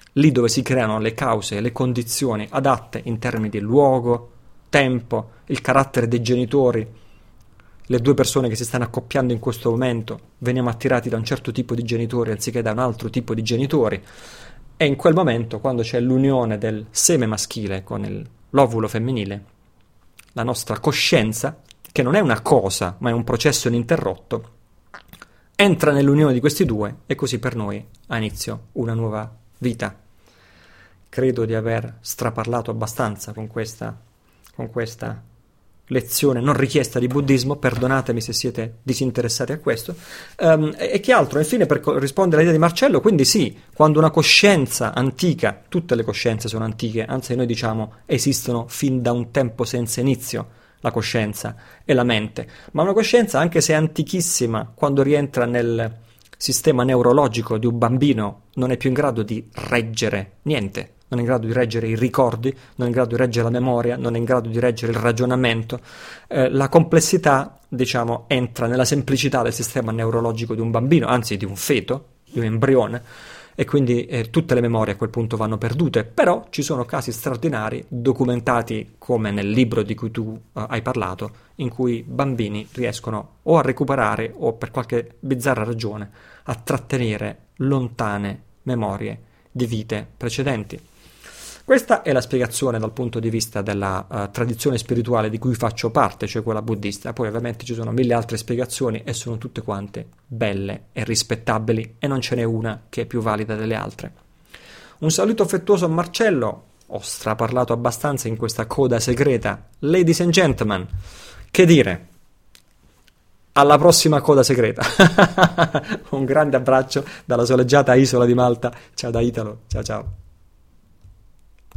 lì dove si creano le cause e le condizioni adatte in termini di luogo, tempo, il carattere dei genitori, le due persone che si stanno accoppiando in questo momento, veniamo attirati da un certo tipo di genitori anziché da un altro tipo di genitori, e in quel momento, quando c'è l'unione del seme maschile con il, l'ovulo femminile, la nostra coscienza, che non è una cosa ma è un processo ininterrotto, entra nell'unione di questi due e così per noi ha inizio una nuova vita. Credo di aver straparlato abbastanza con questa, con questa lezione non richiesta di buddismo, perdonatemi se siete disinteressati a questo. Um, e, e che altro? Infine, per co- rispondere all'idea di Marcello, quindi sì, quando una coscienza antica, tutte le coscienze sono antiche, anzi noi diciamo esistono fin da un tempo senza inizio, la coscienza e la mente, ma una coscienza, anche se è antichissima, quando rientra nel sistema neurologico di un bambino, non è più in grado di reggere niente, non è in grado di reggere i ricordi, non è in grado di reggere la memoria, non è in grado di reggere il ragionamento. Eh, la complessità, diciamo, entra nella semplicità del sistema neurologico di un bambino, anzi di un feto, di un embrione, e quindi eh, tutte le memorie a quel punto vanno perdute. Però ci sono casi straordinari documentati, come nel libro di cui tu uh, hai parlato, in cui bambini riescono o a recuperare o per qualche bizzarra ragione a trattenere lontane memorie di vite precedenti. Questa è la spiegazione dal punto di vista della uh, tradizione spirituale di cui faccio parte, cioè quella buddista. Poi ovviamente ci sono mille altre spiegazioni e sono tutte quante belle e rispettabili e non ce n'è una che è più valida delle altre. Un saluto affettuoso a Marcello. Ho straparlato abbastanza in questa coda segreta. Ladies and gentlemen, che dire? Alla prossima coda segreta. Un grande abbraccio dalla soleggiata isola di Malta. Ciao da Italo. Ciao ciao.